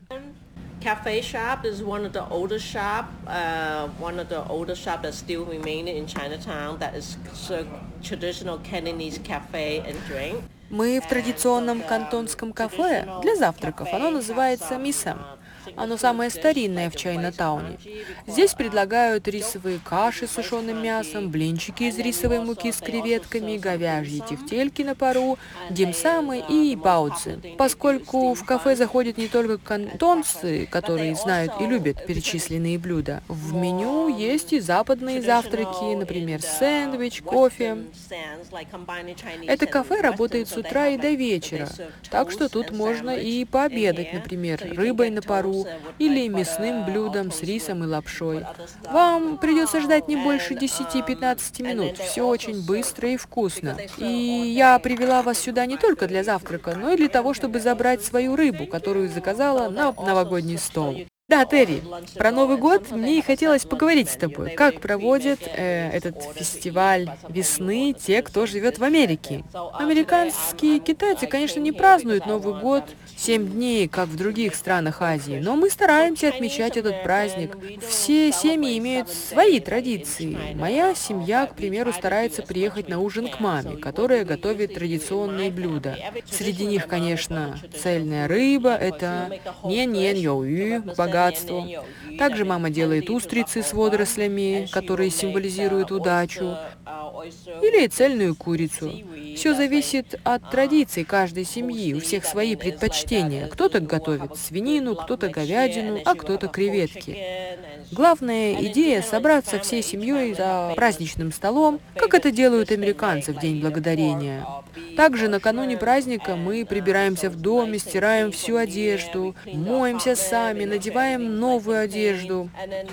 Cafe shop is one of the oldest shop, uh, one of the oldest shop that still remain in Chinatown that is serve traditional Cantonese cafe and drink. Мы в традиционном кантонском кафе для завтраков. Оно называется Мисам. Оно самое старинное в Чайнатауне. Здесь предлагают рисовые каши с сушеным мясом, блинчики из рисовой муки с креветками, говяжьи тефтельки на пару, димсамы и баоцзи. Поскольку в кафе заходят не только кантонцы, которые знают и любят перечисленные блюда, в меню есть и западные завтраки, например, сэндвич, кофе. Это кафе работает с утра и до вечера, так что тут можно и пообедать, например, рыбой на пару или мясным блюдом с рисом и лапшой. Вам придется ждать не больше десяти-пятнадцати минут, все очень быстро и вкусно. И я привела вас сюда не только для завтрака, но и для того, чтобы забрать свою рыбу, которую заказала на новогодний стол. Да, Терри, про Новый год мне и хотелось поговорить с тобой. Как проводят э, этот фестиваль весны те, кто живет в Америке? Американские китайцы, конечно, не празднуют Новый год семь дней, как в других странах Азии, но мы стараемся отмечать этот праздник. Все семьи имеют свои традиции. Моя семья, к примеру, старается приехать на ужин к маме, которая готовит традиционные блюда. Среди них, конечно, цельная рыба, это нен-нен-йоу-ю, богатство. Также мама делает устрицы с водорослями, которые символизируют удачу, или цельную курицу. Все зависит от традиций каждой семьи, у всех свои предпочтения. Кто-то готовит свинину, кто-то говядину, а кто-то креветки. Главная идея – собраться всей семьей за праздничным столом, как это делают американцы в День Благодарения. Также накануне праздника мы прибираемся в доме, стираем всю одежду, моемся сами, надеваем новую одежду.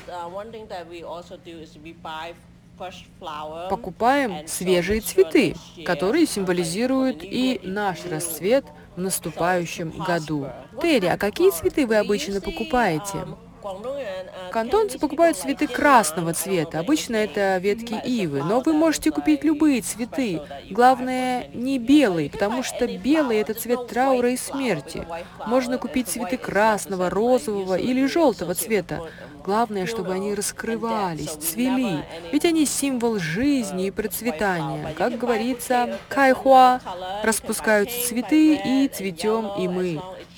Покупаем свежие цветы, которые символизируют и наш расцвет в наступающем году. Терри, а какие цветы вы обычно покупаете? Кантонцы покупают цветы красного цвета. Обычно это ветки ивы, но вы можете купить любые цветы. Главное, не белый, потому что белый – это цвет траура и смерти. Можно купить цветы красного, розового или желтого цвета. Главное, чтобы они раскрывались, цвели, ведь они символ жизни и процветания. Как говорится, кайхуа, распускаются цветы, и цветем и мы.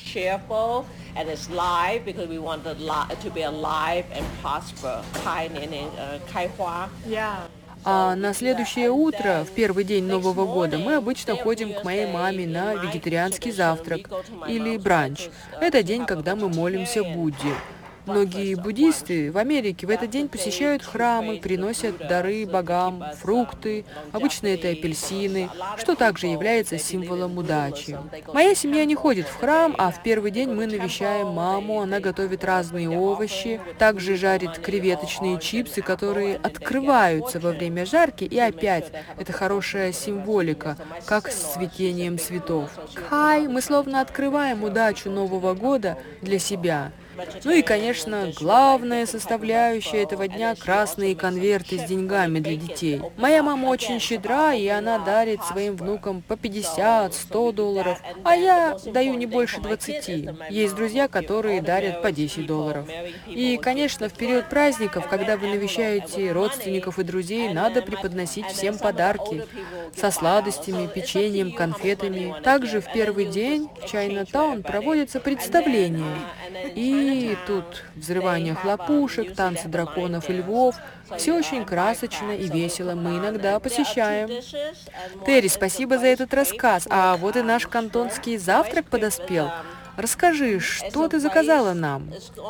And it's live because we want the li- to be alive and prosper. Kai Nian, Kai Hua. А на следующее утро, в первый день Нового года, мы обычно ходим к моей маме на вегетарианский завтрак или бранч. Это день, когда мы молимся Будде. Многие буддисты в Америке в этот день посещают храмы, приносят дары богам, фрукты, обычно это апельсины, что также является символом удачи. Моя семья не ходит в храм, а в первый день мы навещаем маму, она готовит разные овощи, также жарит креветочные чипсы, которые открываются во время жарки, и опять, это хорошая символика, как с цветением цветов. Хай, мы словно открываем удачу Нового года для себя. Ну и, конечно, главная составляющая этого дня – красные конверты с деньгами для детей. Моя мама очень щедра, и она дарит своим внукам по пятьдесят-сто долларов, а я даю не больше двадцати. Есть друзья, которые дарят по десять долларов. И, конечно, в период праздников, когда вы навещаете родственников и друзей, надо преподносить всем подарки со сладостями, печеньем, конфетами. Также в первый день в Чайнатаун проводятся представления. И тут взрывание хлопушек, танцы драконов и львов. Все очень красочно и весело. Мы иногда посещаем. Терри, спасибо за этот рассказ. А вот и наш кантонский завтрак подоспел. Расскажи, что ты заказала нам?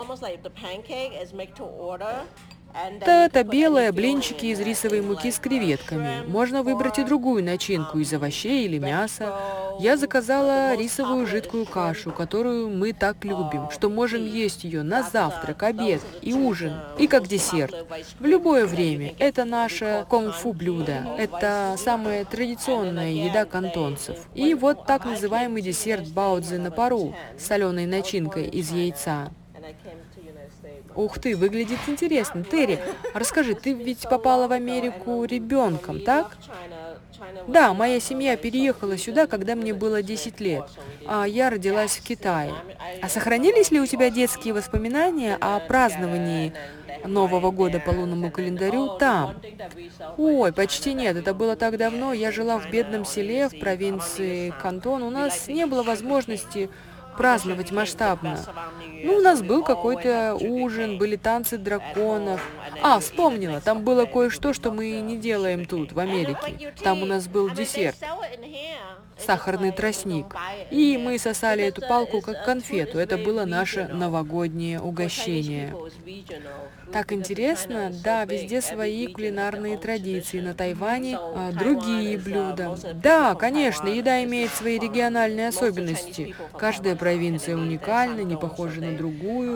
Это белые блинчики из рисовой муки с креветками. Можно выбрать и другую начинку из овощей или мяса. Я заказала рисовую жидкую кашу, которую мы так любим, что можем есть ее на завтрак, обед и ужин, и как десерт. В любое время. Это наше кунг-фу блюдо. Это самая традиционная еда кантонцев. И вот так называемый десерт баоцзи на пару с соленой начинкой из яйца. Ух ты, выглядит интересно. Терри, расскажи, ты ведь попала в Америку ребенком, так? Да, моя семья переехала сюда, когда мне было десять лет, а я родилась в Китае. А сохранились ли у тебя детские воспоминания о праздновании Нового года по лунному календарю там? Ой, почти нет, это было так давно. Я жила в бедном селе в провинции Кантон. У нас не было возможности праздновать масштабно. Ну, у нас был какой-то ужин, были танцы драконов. А, вспомнила, там было кое-что, что мы не делаем тут, в Америке. Там у нас был десерт. Сахарный тростник. И мы сосали эту палку как конфету. Это было наше новогоднее угощение. Так интересно, да, везде свои кулинарные традиции. На Тайване а, другие блюда. Да, конечно, еда имеет свои региональные особенности. Каждая провинция уникальна, не похожа на другую.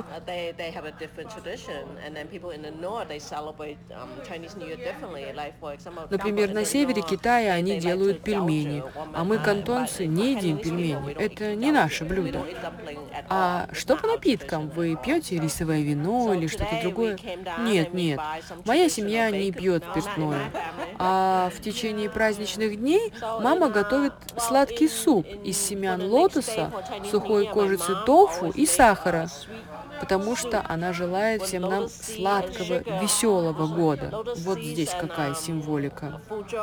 Например, на севере Китая они делают пельмени, а мы, кантонцы, не едим пельмени. Это не наше блюдо. А что по напиткам? Вы пьете рисовое вино или что-то другое? Нет, нет. Моя семья не пьет спиртное. А в течение праздничных дней мама готовит сладкий суп из семян лотоса, сухой кожицы тофу и сахара, потому что она желает всем нам сладкого, веселого года. Вот здесь какая символика.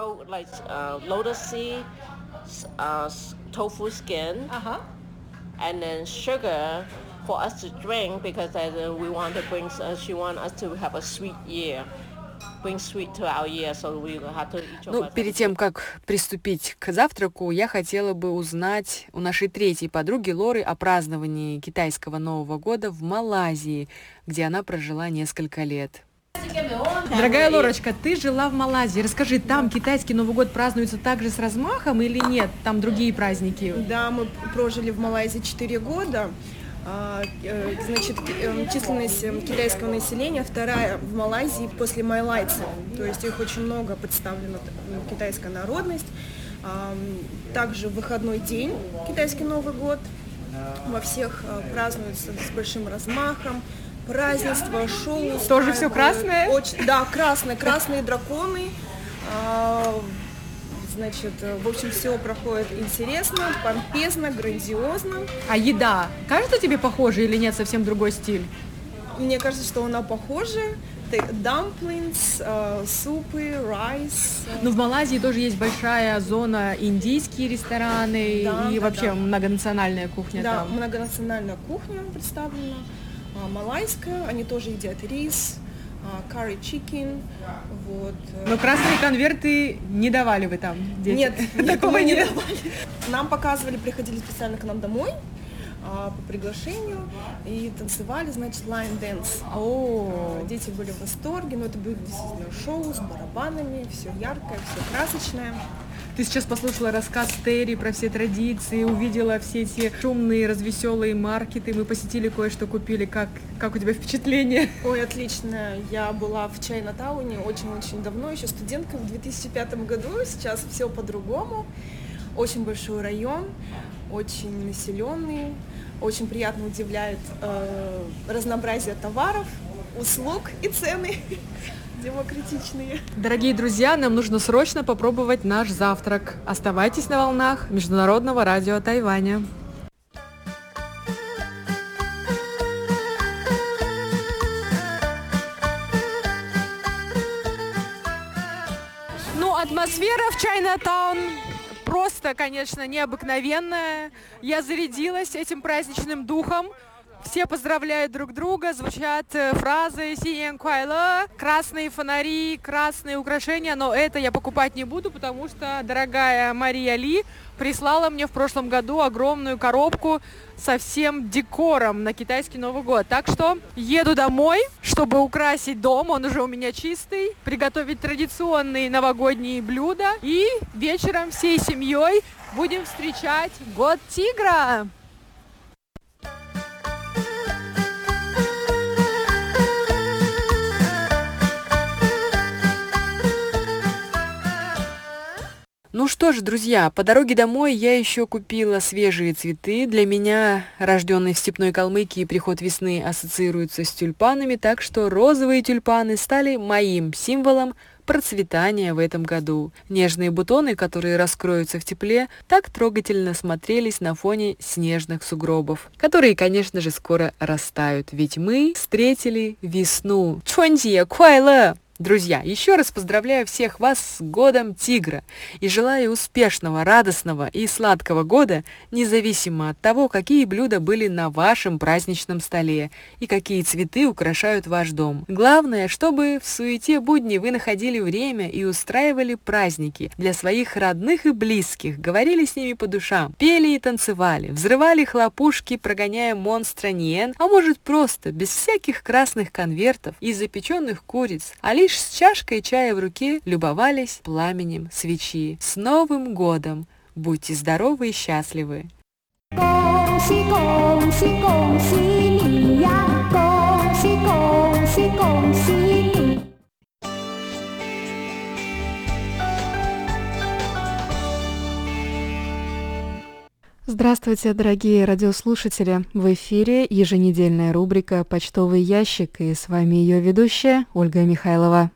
For us to drink, because uh, we want to bring, uh, she want us to have a sweet year, bring sweet to our year, so we have to each of Ну, us. перед тем, как приступить к завтраку, я хотела бы узнать у нашей третьей подруги Лоры о праздновании китайского Нового года в Малайзии, где она прожила несколько лет. Дорогая Лорочка, ты жила в Малайзии. Расскажи, там китайский Новый год празднуется также с размахом или нет? Там другие праздники? Да, мы прожили в Малайзии четыре года. Значит, численность китайского населения вторая в Малайзии после малайцев. То есть их очень много представлена китайская народность. Также в выходной день китайский Новый год во всех празднуется с большим размахом. Празднество, шоу. Тоже все красное? Очень, да, красные, красные драконы. Значит, в общем, все проходит интересно, помпезно, грандиозно. А еда кажется тебе похожей или нет, совсем другой стиль? Мне кажется, что она похожа. Dumplings, э, супы, райс. Но в Малайзии тоже есть большая зона индийские рестораны, да, и да, вообще да. многонациональная кухня да, там. Да, многонациональная кухня представлена. А, малайская, они тоже едят рис, curry chicken, вот. Но красные конверты не давали вы там детям? Нет, такого не давали. Нам показывали, приходили специально к нам домой а, по приглашению и танцевали, значит, line dance. О, дети были в восторге, но это было действительно шоу с барабанами, все яркое, все красочное. Ты сейчас послушала рассказ Терри про все традиции, увидела все эти шумные, развеселые маркеты, мы посетили кое-что, купили. Как, как у тебя впечатление? Ой, отлично. Я была в Чайна-тауне очень-очень давно, еще студенткой в две тысячи пятом году. Сейчас все по-другому. Очень большой район, очень населенный, очень приятно удивляет э, разнообразие товаров, услуг и цены. Демократичные. Дорогие друзья, нам нужно срочно попробовать наш завтрак. Оставайтесь на волнах Международного радио Тайваня. Ну, атмосфера в Чайна-таун просто, конечно, необыкновенная. Я зарядилась этим праздничным духом. Все поздравляют друг друга, звучат фразы «Сиен Куайле», красные фонари, красные украшения, но это я покупать не буду, потому что дорогая Мария Ли прислала мне в прошлом году огромную коробку со всем декором на китайский Новый год. Так что еду домой, чтобы украсить дом, он уже у меня чистый, приготовить традиционные новогодние блюда и вечером всей семьей будем встречать Год Тигра. Ну что ж, друзья, по дороге домой я еще купила свежие цветы. Для меня, рожденный в степной Калмыкии, приход весны ассоциируется с тюльпанами, так что розовые тюльпаны стали моим символом процветания в этом году. Нежные бутоны, которые раскроются в тепле, так трогательно смотрелись на фоне снежных сугробов, которые, конечно же, скоро растают, ведь мы встретили весну. Чуньжие Куайле! Друзья, еще раз поздравляю всех вас с Годом Тигра и желаю успешного, радостного и сладкого года, независимо от того, какие блюда были на вашем праздничном столе и какие цветы украшают ваш дом. Главное, чтобы в суете будни вы находили время и устраивали праздники для своих родных и близких, говорили с ними по душам, пели и танцевали, взрывали хлопушки, прогоняя монстра Ниен, а может просто, без всяких красных конвертов и запеченных куриц, а лишь с чашкой чая в руке любовались пламенем свечи. С Новым годом! Будьте здоровы и счастливы! Здравствуйте, дорогие радиослушатели! В эфире еженедельная рубрика «Почтовый ящик», и с вами ее ведущая Ольга Михайлова.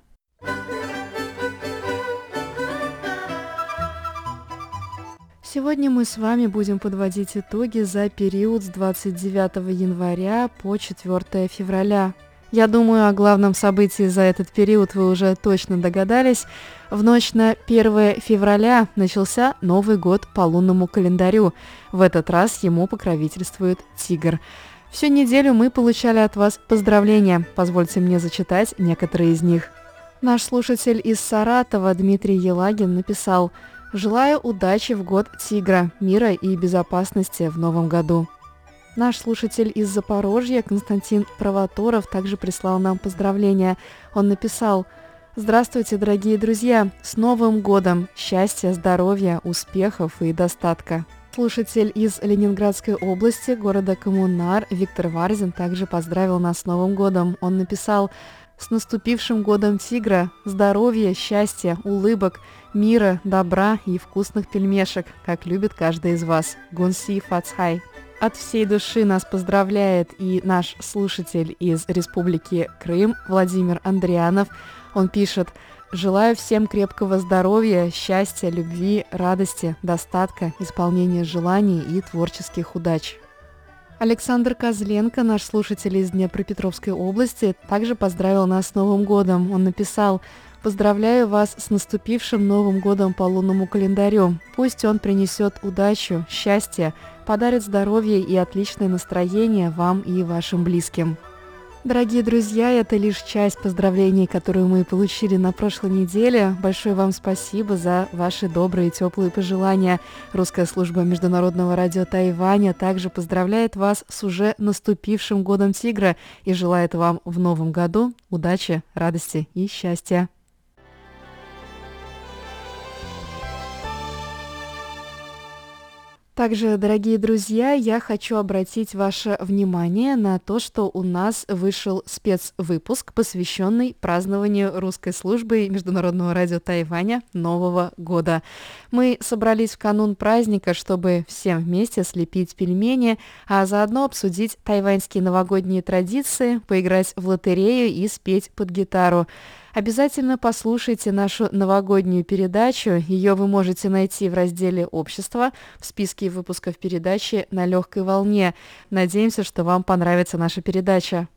Сегодня мы с вами будем подводить итоги за период с двадцать девятого января по четвёртое февраля. Я думаю, о главном событии за этот период вы уже точно догадались. В ночь на первое февраля начался Новый год по лунному календарю. В этот раз ему покровительствует тигр. Всю неделю мы получали от вас поздравления. Позвольте мне зачитать некоторые из них. Наш слушатель из Саратова Дмитрий Елагин написал: «Желаю удачи в год тигра, мира и безопасности в новом году». Наш слушатель из Запорожья Константин Провоторов также прислал нам поздравления. Он написал: «Здравствуйте, дорогие друзья! С Новым годом! Счастья, здоровья, успехов и достатка!» Слушатель из Ленинградской области, города Коммунар, Виктор Варзин также поздравил нас с Новым годом. Он написал: «С наступившим годом тигра! Здоровья, счастья, улыбок, мира, добра и вкусных пельмешек, как любит каждый из вас. Гунси Фацхай!» От всей души нас поздравляет и наш слушатель из Республики Крым Владимир Андрианов. Он пишет: «Желаю всем крепкого здоровья, счастья, любви, радости, достатка, исполнения желаний и творческих удач». Александр Козленко, наш слушатель из Днепропетровской области, также поздравил нас с Новым годом. Он написал: «Поздравляю вас с наступившим Новым годом по лунному календарю. Пусть он принесет удачу, счастье, подарит здоровье и отличное настроение вам и вашим близким». Дорогие друзья, это лишь часть поздравлений, которую мы получили на прошлой неделе. Большое вам спасибо за ваши добрые и теплые пожелания. Русская служба Международного радио Тайваня также поздравляет вас с уже наступившим годом тигра и желает вам в новом году удачи, радости и счастья. Также, дорогие друзья, я хочу обратить ваше внимание на то, что у нас вышел спецвыпуск, посвященный празднованию русской службы Международного радио Тайваня Нового года. Мы собрались в канун праздника, чтобы всем вместе слепить пельмени, а заодно обсудить тайваньские новогодние традиции, поиграть в лотерею и спеть под гитару. Обязательно послушайте нашу новогоднюю передачу. Ее вы можете найти в разделе «Общество» в списке выпусков передачи «На легкой волне». Надеемся, что вам понравится наша передача.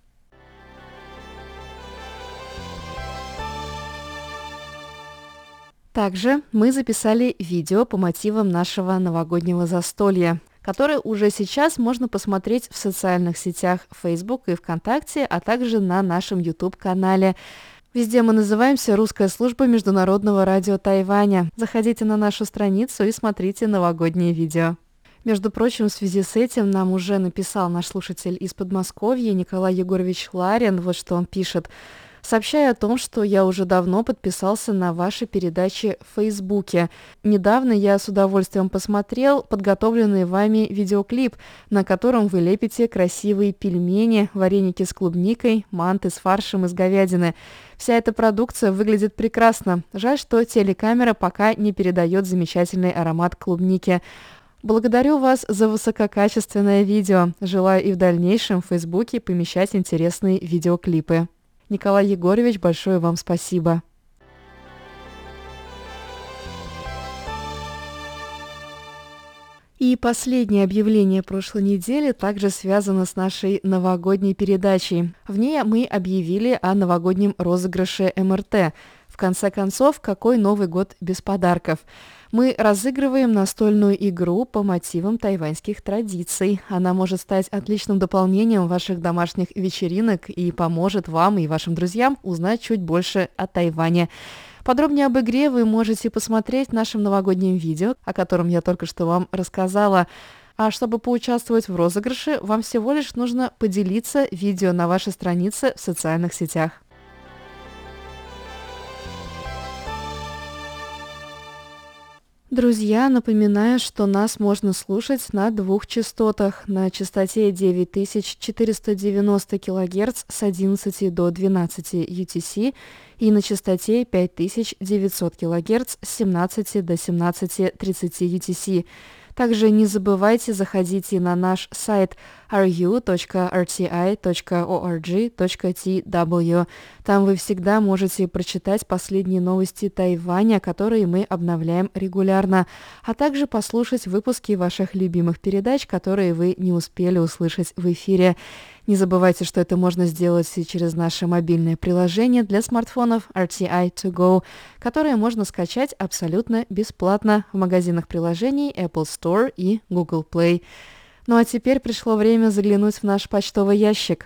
Также мы записали видео по мотивам нашего новогоднего застолья, которое уже сейчас можно посмотреть в социальных сетях Facebook и ВКонтакте, а также на нашем YouTube-канале. Везде мы называемся «Русская служба Международного радио Тайваня». Заходите на нашу страницу и смотрите новогодние видео. Между прочим, в связи с этим нам уже написал наш слушатель из Подмосковья Николай Егорович Ларин. Вот что он пишет. «Сообщаю о том, что я уже давно подписался на ваши передачи в Фейсбуке. Недавно я с удовольствием посмотрел подготовленный вами видеоклип, на котором вы лепите красивые пельмени, вареники с клубникой, манты с фаршем из говядины. Вся эта продукция выглядит прекрасно. Жаль, что телекамера пока не передает замечательный аромат клубники. Благодарю вас за высококачественное видео. Желаю и в дальнейшем в Фейсбуке помещать интересные видеоклипы». Николай Егорович, большое вам спасибо. И последнее объявление прошлой недели также связано с нашей новогодней передачей. В ней мы объявили о новогоднем розыгрыше эм эр тэ. В конце концов, какой Новый год без подарков? Мы разыгрываем настольную игру по мотивам тайваньских традиций. Она может стать отличным дополнением ваших домашних вечеринок и поможет вам и вашим друзьям узнать чуть больше о Тайване. Подробнее об игре вы можете посмотреть в нашем новогоднем видео, о котором я только что вам рассказала. А чтобы поучаствовать в розыгрыше, вам всего лишь нужно поделиться видео на вашей странице в социальных сетях. Друзья, напоминаю, что нас можно слушать на двух частотах. На частоте девять тысяч четыреста девяносто килогерц с одиннадцати до двенадцати ю ти си и на частоте пять тысяч девятьсот килогерц с семнадцати до семнадцати тридцати ю ти си. Также не забывайте заходить и на наш сайт ар ю точка эр ти ай точка орг точка ти дабл ю. Там вы всегда можете прочитать последние новости Тайваня, которые мы обновляем регулярно, а также послушать выпуски ваших любимых передач, которые вы не успели услышать в эфире. Не забывайте, что это можно сделать и через наше мобильное приложение для смартфонов ар ти ай to go, которое можно скачать абсолютно бесплатно в магазинах приложений Apple Store и Google Play. Ну а теперь пришло время заглянуть в наш почтовый ящик.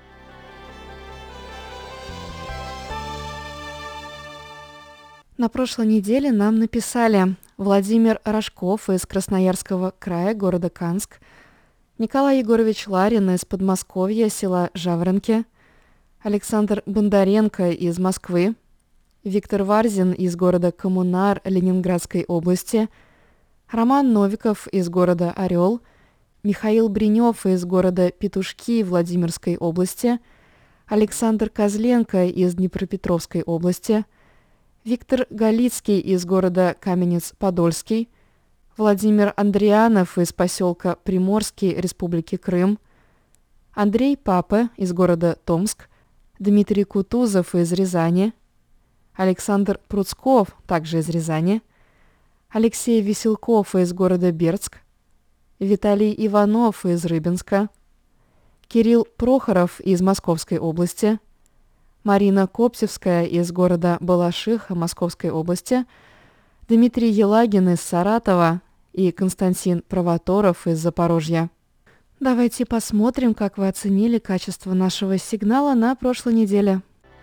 На прошлой неделе нам написали Владимир Рожков из Красноярского края, города Канск, Николай Егорович Ларин из Подмосковья, села Жаворонки, Александр Бондаренко из Москвы, Виктор Варзин из города Коммунар Ленинградской области, Роман Новиков из города Орел, Михаил Бринев из города Петушки Владимирской области, Александр Козленко из Днепропетровской области, Виктор Галицкий из города Каменец-Подольский, Владимир Андрианов из поселка Приморский Республики Крым, Андрей Папа из города Томск, Дмитрий Кутузов из Рязани, Александр Пруцков, также из Рязани, Алексей Веселков из города Бердск, Виталий Иванов из Рыбинска, Кирилл Прохоров из Московской области, Марина Копсевская из города Балашиха Московской области, Дмитрий Елагин из Саратова и Константин Провоторов из Запорожья. Давайте посмотрим, как вы оценили качество нашего сигнала на прошлой неделе.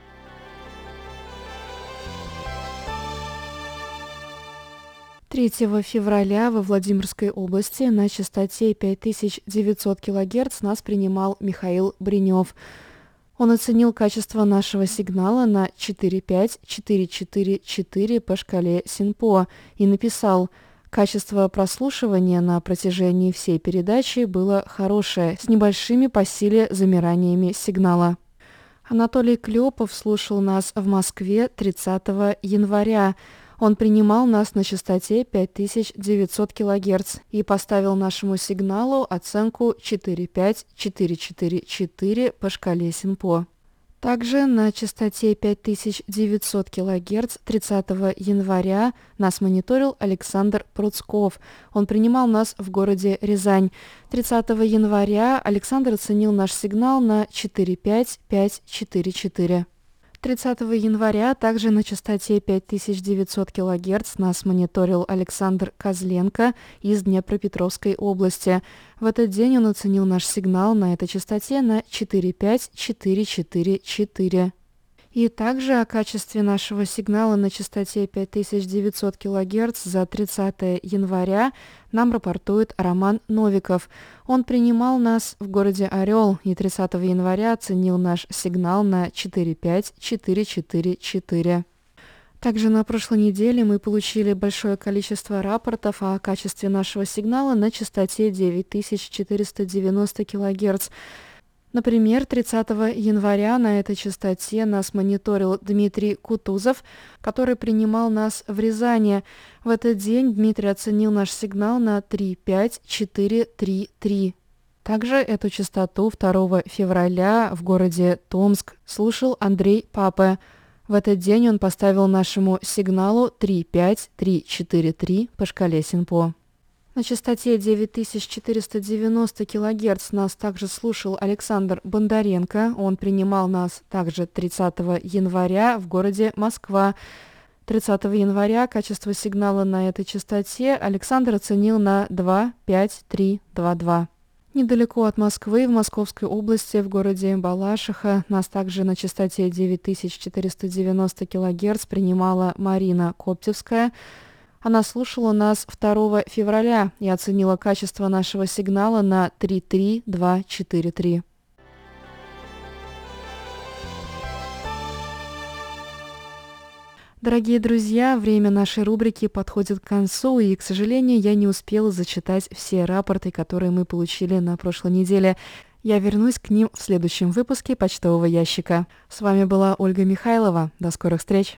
третьего февраля во Владимирской области на частоте пять тысяч девятьсот килогерц нас принимал Михаил Бринев. Он оценил качество нашего сигнала на четыре пять четыре четыре четыре по шкале Синпо и написал: «Качество прослушивания на протяжении всей передачи было хорошее, с небольшими по силе замираниями сигнала». Анатолий Клепов слушал нас в Москве тридцатого января. Он принимал нас на частоте пять тысяч девятьсот килогерц и поставил нашему сигналу оценку четыре пять четыре четыре четыре по шкале Синпо. Также на частоте пять тысяч девятьсот килогерц тридцатого января нас мониторил Александр Пруцков. Он принимал нас в городе Рязань. тридцатого января Александр оценил наш сигнал на четыре пять пять четыре четыре. тридцатого января также на частоте пять тысяч девятьсот килогерц нас мониторил Александр Козленко из Днепропетровской области. В этот день он оценил наш сигнал на этой частоте на четыре пять четыре четыре четыре. И также о качестве нашего сигнала на частоте пять тысяч девятьсот килогерц за тридцатого января нам рапортует Роман Новиков. Он принимал нас в городе Орел и тридцатого января оценил наш сигнал на четыре пять четыре четыре четыре. Также на прошлой неделе мы получили большое количество рапортов о качестве нашего сигнала на частоте девять тысяч четыреста девяносто килогерц. Например, тридцатого января на этой частоте нас мониторил Дмитрий Кутузов, который принимал нас в Рязани. В этот день Дмитрий оценил наш сигнал на три пять четыре три три. Также эту частоту второго февраля в городе Томск слушал Андрей Папа. В этот день он поставил нашему сигналу три пять три четыре три по шкале Синпо. На частоте девять тысяч четыреста девяносто килогерц нас также слушал Александр Бондаренко. Он принимал нас также тридцатого января в городе Москва. тридцатого января качество сигнала на этой частоте Александр оценил на два пять три два два. Недалеко от Москвы, в Московской области, в городе Балашиха, нас также на частоте девять тысяч четыреста девяносто килогерц принимала Марина Коптевская. Она слушала нас второго февраля и оценила качество нашего сигнала на три три два четыре три. Дорогие друзья, время нашей рубрики подходит к концу, и, к сожалению, я не успела зачитать все рапорты, которые мы получили на прошлой неделе. Я вернусь к ним в следующем выпуске почтового ящика. С вами была Ольга Михайлова. До скорых встреч!